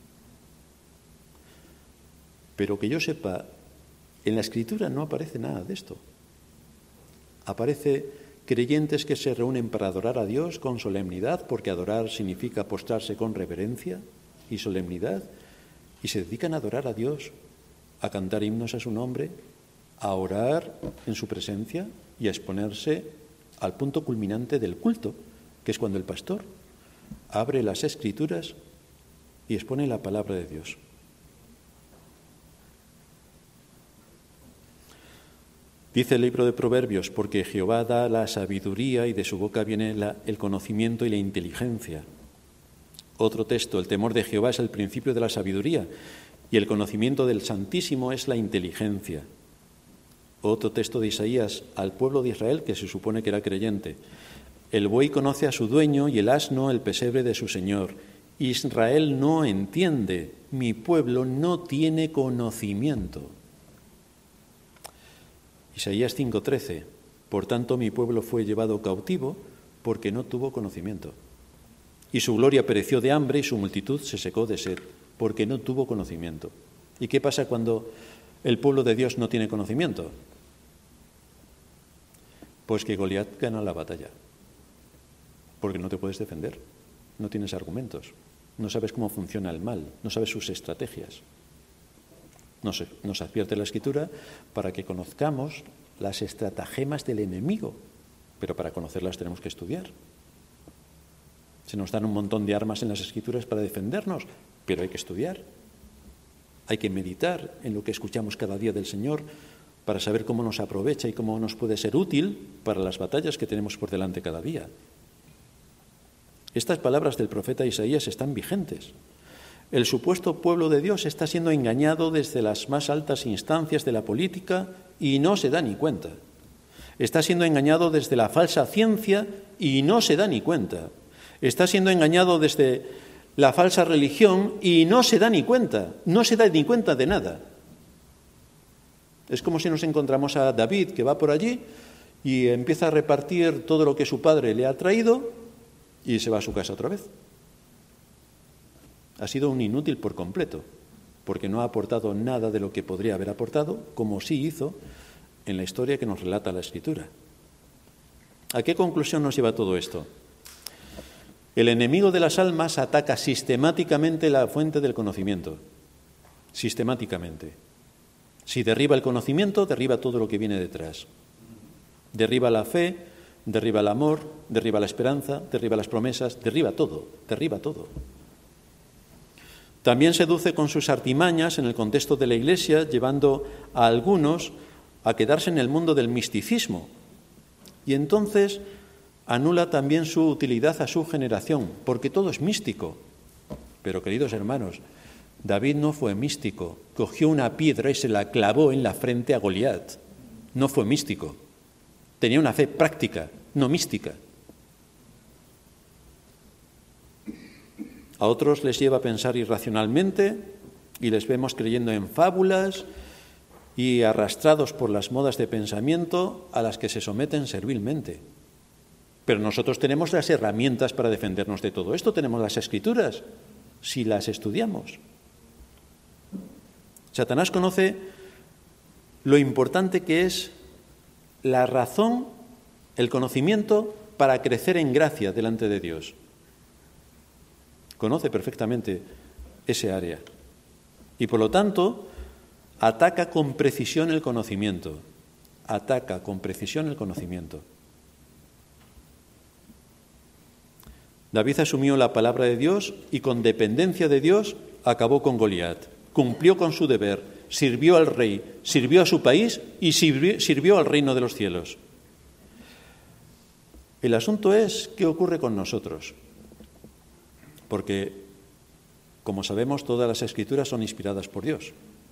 Pero que yo sepa, en la Escritura no aparece nada de esto. Aparece creyentes que se reúnen para adorar a Dios con solemnidad, porque adorar significa postrarse con reverencia y solemnidad, y se dedican a adorar a Dios, a cantar himnos a su nombre, a orar en su presencia y a exponerse al punto culminante del culto, que es cuando el pastor abre las Escrituras y expone la palabra de Dios. Dice el libro de Proverbios, porque Jehová da la sabiduría y de su boca viene el conocimiento y la inteligencia. Otro texto, el temor de Jehová es el principio de la sabiduría y el conocimiento del Santísimo es la inteligencia. Otro texto de Isaías, al pueblo de Israel, que se supone que era creyente. El buey conoce a su dueño y el asno el pesebre de su señor. Israel no entiende, mi pueblo no tiene conocimiento. Isaías 5:13, por tanto mi pueblo fue llevado cautivo porque no tuvo conocimiento. Y su gloria pereció de hambre y su multitud se secó de sed, porque no tuvo conocimiento. ¿Y qué pasa cuando el pueblo de Dios no tiene conocimiento? Pues que Goliat gana la batalla, porque no te puedes defender, no tienes argumentos, no sabes cómo funciona el mal, no sabes sus estrategias. Nos advierte la Escritura para que conozcamos las estratagemas del enemigo, pero para conocerlas tenemos que estudiar. Se nos dan un montón de armas en las Escrituras para defendernos, pero hay que estudiar. Hay que meditar en lo que escuchamos cada día del Señor para saber cómo nos aprovecha y cómo nos puede ser útil para las batallas que tenemos por delante cada día. Estas palabras del profeta Isaías están vigentes. El supuesto pueblo de Dios está siendo engañado desde las más altas instancias de la política y no se da ni cuenta. Está siendo engañado desde la falsa ciencia y no se da ni cuenta. Está siendo engañado desde la falsa religión y no se da ni cuenta, no se da ni cuenta de nada. Es como si nos encontramos a David, que va por allí y empieza a repartir todo lo que su padre le ha traído y se va a su casa otra vez. Ha sido un inútil por completo, porque no ha aportado nada de lo que podría haber aportado, como sí hizo en la historia que nos relata la Escritura. ¿A qué conclusión nos lleva todo esto? El enemigo de las almas ataca sistemáticamente la fuente del conocimiento. Sistemáticamente. Si derriba el conocimiento, derriba todo lo que viene detrás. Derriba la fe, derriba el amor, derriba la esperanza, derriba las promesas, derriba todo, derriba todo. También seduce con sus artimañas en el contexto de la Iglesia, llevando a algunos a quedarse en el mundo del misticismo. Y entonces anula también su utilidad a su generación, porque todo es místico. Pero, queridos hermanos, David no fue místico. Cogió una piedra y se la clavó en la frente a Goliat. No fue místico. Tenía una fe práctica, no mística. A otros les lleva a pensar irracionalmente y les vemos creyendo en fábulas y arrastrados por las modas de pensamiento a las que se someten servilmente. Pero nosotros tenemos las herramientas para defendernos de todo esto, tenemos las Escrituras, si las estudiamos. Satanás conoce lo importante que es la razón, el conocimiento para crecer en gracia delante de Dios. Conoce perfectamente ese área y, por lo tanto, ataca con precisión el conocimiento. Ataca con precisión el conocimiento. David asumió la palabra de Dios y con dependencia de Dios acabó con Goliat. Cumplió con su deber, sirvió al rey, sirvió a su país y sirvió al reino de los cielos. El asunto es, ¿qué ocurre con nosotros? Porque, como sabemos, todas las Escrituras son inspiradas por Dios.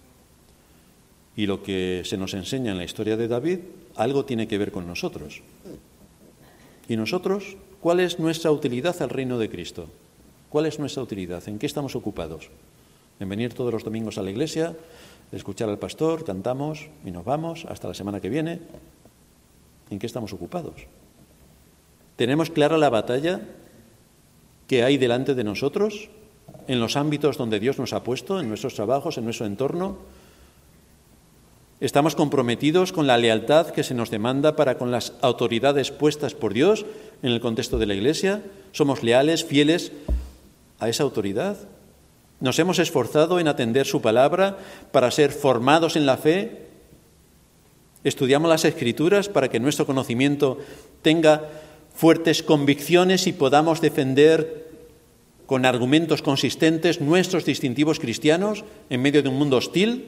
Y lo que se nos enseña en la historia de David, algo tiene que ver con nosotros. ¿Y nosotros? ¿Cuál es nuestra utilidad al reino de Cristo? ¿Cuál es nuestra utilidad? ¿En qué estamos ocupados? ¿En venir todos los domingos a la iglesia, escuchar al pastor, cantamos y nos vamos hasta la semana que viene? ¿En qué estamos ocupados? ¿Tenemos clara la batalla que hay delante de nosotros, en los ámbitos donde Dios nos ha puesto, en nuestros trabajos, en nuestro entorno? ¿Estamos comprometidos con la lealtad que se nos demanda para con las autoridades puestas por Dios en el contexto de la Iglesia? ¿Somos leales, fieles a esa autoridad? ¿Nos hemos esforzado en atender su palabra para ser formados en la fe? ¿Estudiamos las Escrituras para que nuestro conocimiento tenga fuertes convicciones y podamos defender con argumentos consistentes nuestros distintivos cristianos en medio de un mundo hostil?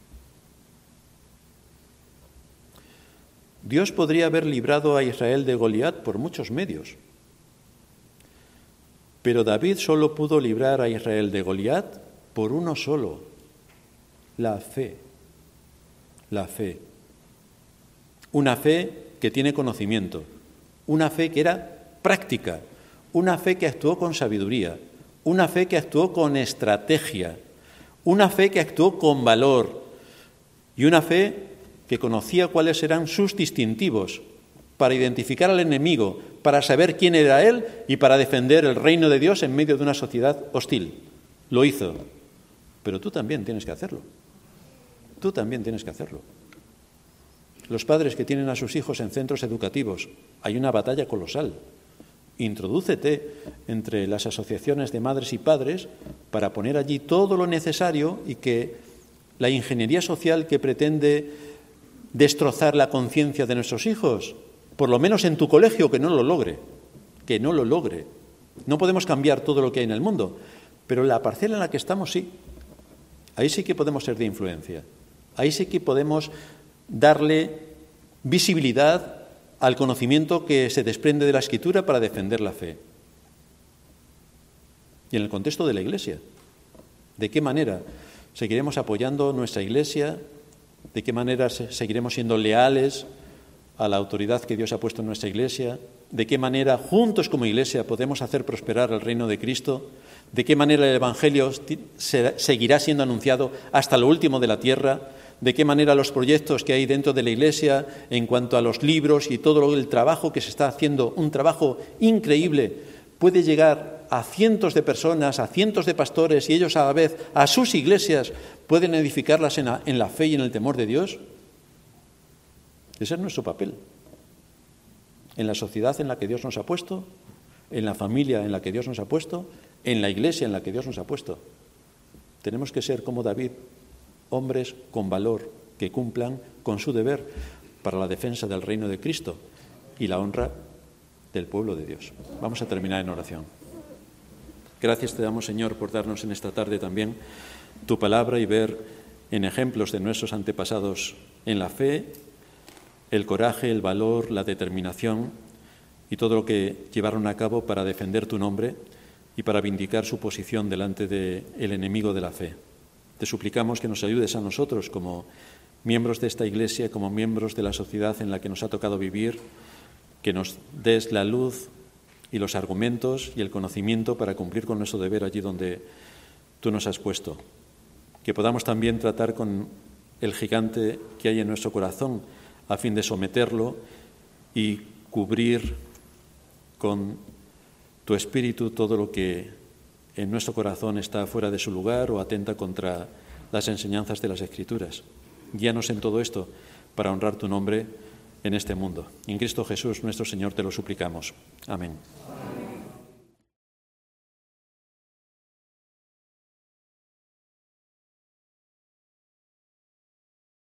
Dios podría haber librado a Israel de Goliat por muchos medios, pero David solo pudo librar a Israel de Goliat por uno solo: la fe. La fe. una fe que tiene conocimiento, una fe que era práctica, una fe que actuó con sabiduría, una fe que actuó con estrategia, una fe que actuó con valor y una fe que conocía cuáles eran sus distintivos para identificar al enemigo, para saber quién era él y para defender el reino de Dios en medio de una sociedad hostil. Lo hizo. Pero tú también tienes que hacerlo. Tú también tienes que hacerlo. Los padres que tienen a sus hijos en centros educativos, hay una batalla colosal. Introdúcete entre las asociaciones de madres y padres para poner allí todo lo necesario y que la ingeniería social que pretende destrozar la conciencia de nuestros hijos, por lo menos en tu colegio, que no lo logre. No podemos cambiar todo lo que hay en el mundo, pero la parcela en la que estamos sí. Ahí sí que podemos ser de influencia. Ahí sí que podemos darle visibilidad al conocimiento que se desprende de la Escritura para defender la fe. Y en el contexto de la Iglesia, ¿de qué manera seguiremos apoyando nuestra Iglesia? ¿De qué manera seguiremos siendo leales a la autoridad que Dios ha puesto en nuestra Iglesia? ¿De qué manera juntos como Iglesia podemos hacer prosperar el reino de Cristo? ¿De qué manera el Evangelio seguirá siendo anunciado hasta lo último de la tierra? ¿De qué manera los proyectos que hay dentro de la Iglesia en cuanto a los libros y todo el trabajo que se está haciendo, un trabajo increíble, puede llegar a cientos de personas, a cientos de pastores y ellos a la vez a sus iglesias pueden edificarlas en la fe y en el temor de Dios? Ese es nuestro papel. En la sociedad en la que Dios nos ha puesto, en la familia en la que Dios nos ha puesto, en la Iglesia en la que Dios nos ha puesto. Tenemos que ser como David, hombres con valor, que cumplan con su deber para la defensa del reino de Cristo y la honra del pueblo de Dios. Vamos a terminar en oración. Gracias te damos, Señor, por darnos en esta tarde también tu palabra y ver en ejemplos de nuestros antepasados en la fe, el coraje, el valor, la determinación y todo lo que llevaron a cabo para defender tu nombre y para vindicar su posición delante del enemigo de la fe. Te suplicamos que nos ayudes a nosotros como miembros de esta Iglesia, como miembros de la sociedad en la que nos ha tocado vivir, que nos des la luz y los argumentos y el conocimiento para cumplir con nuestro deber allí donde tú nos has puesto. Que podamos también tratar con el gigante que hay en nuestro corazón a fin de someterlo y cubrir con tu espíritu todo lo que en nuestro corazón está fuera de su lugar o atenta contra las enseñanzas de las Escrituras. Guíanos en todo esto para honrar tu nombre en este mundo. En Cristo Jesús, nuestro Señor, te lo suplicamos. Amén.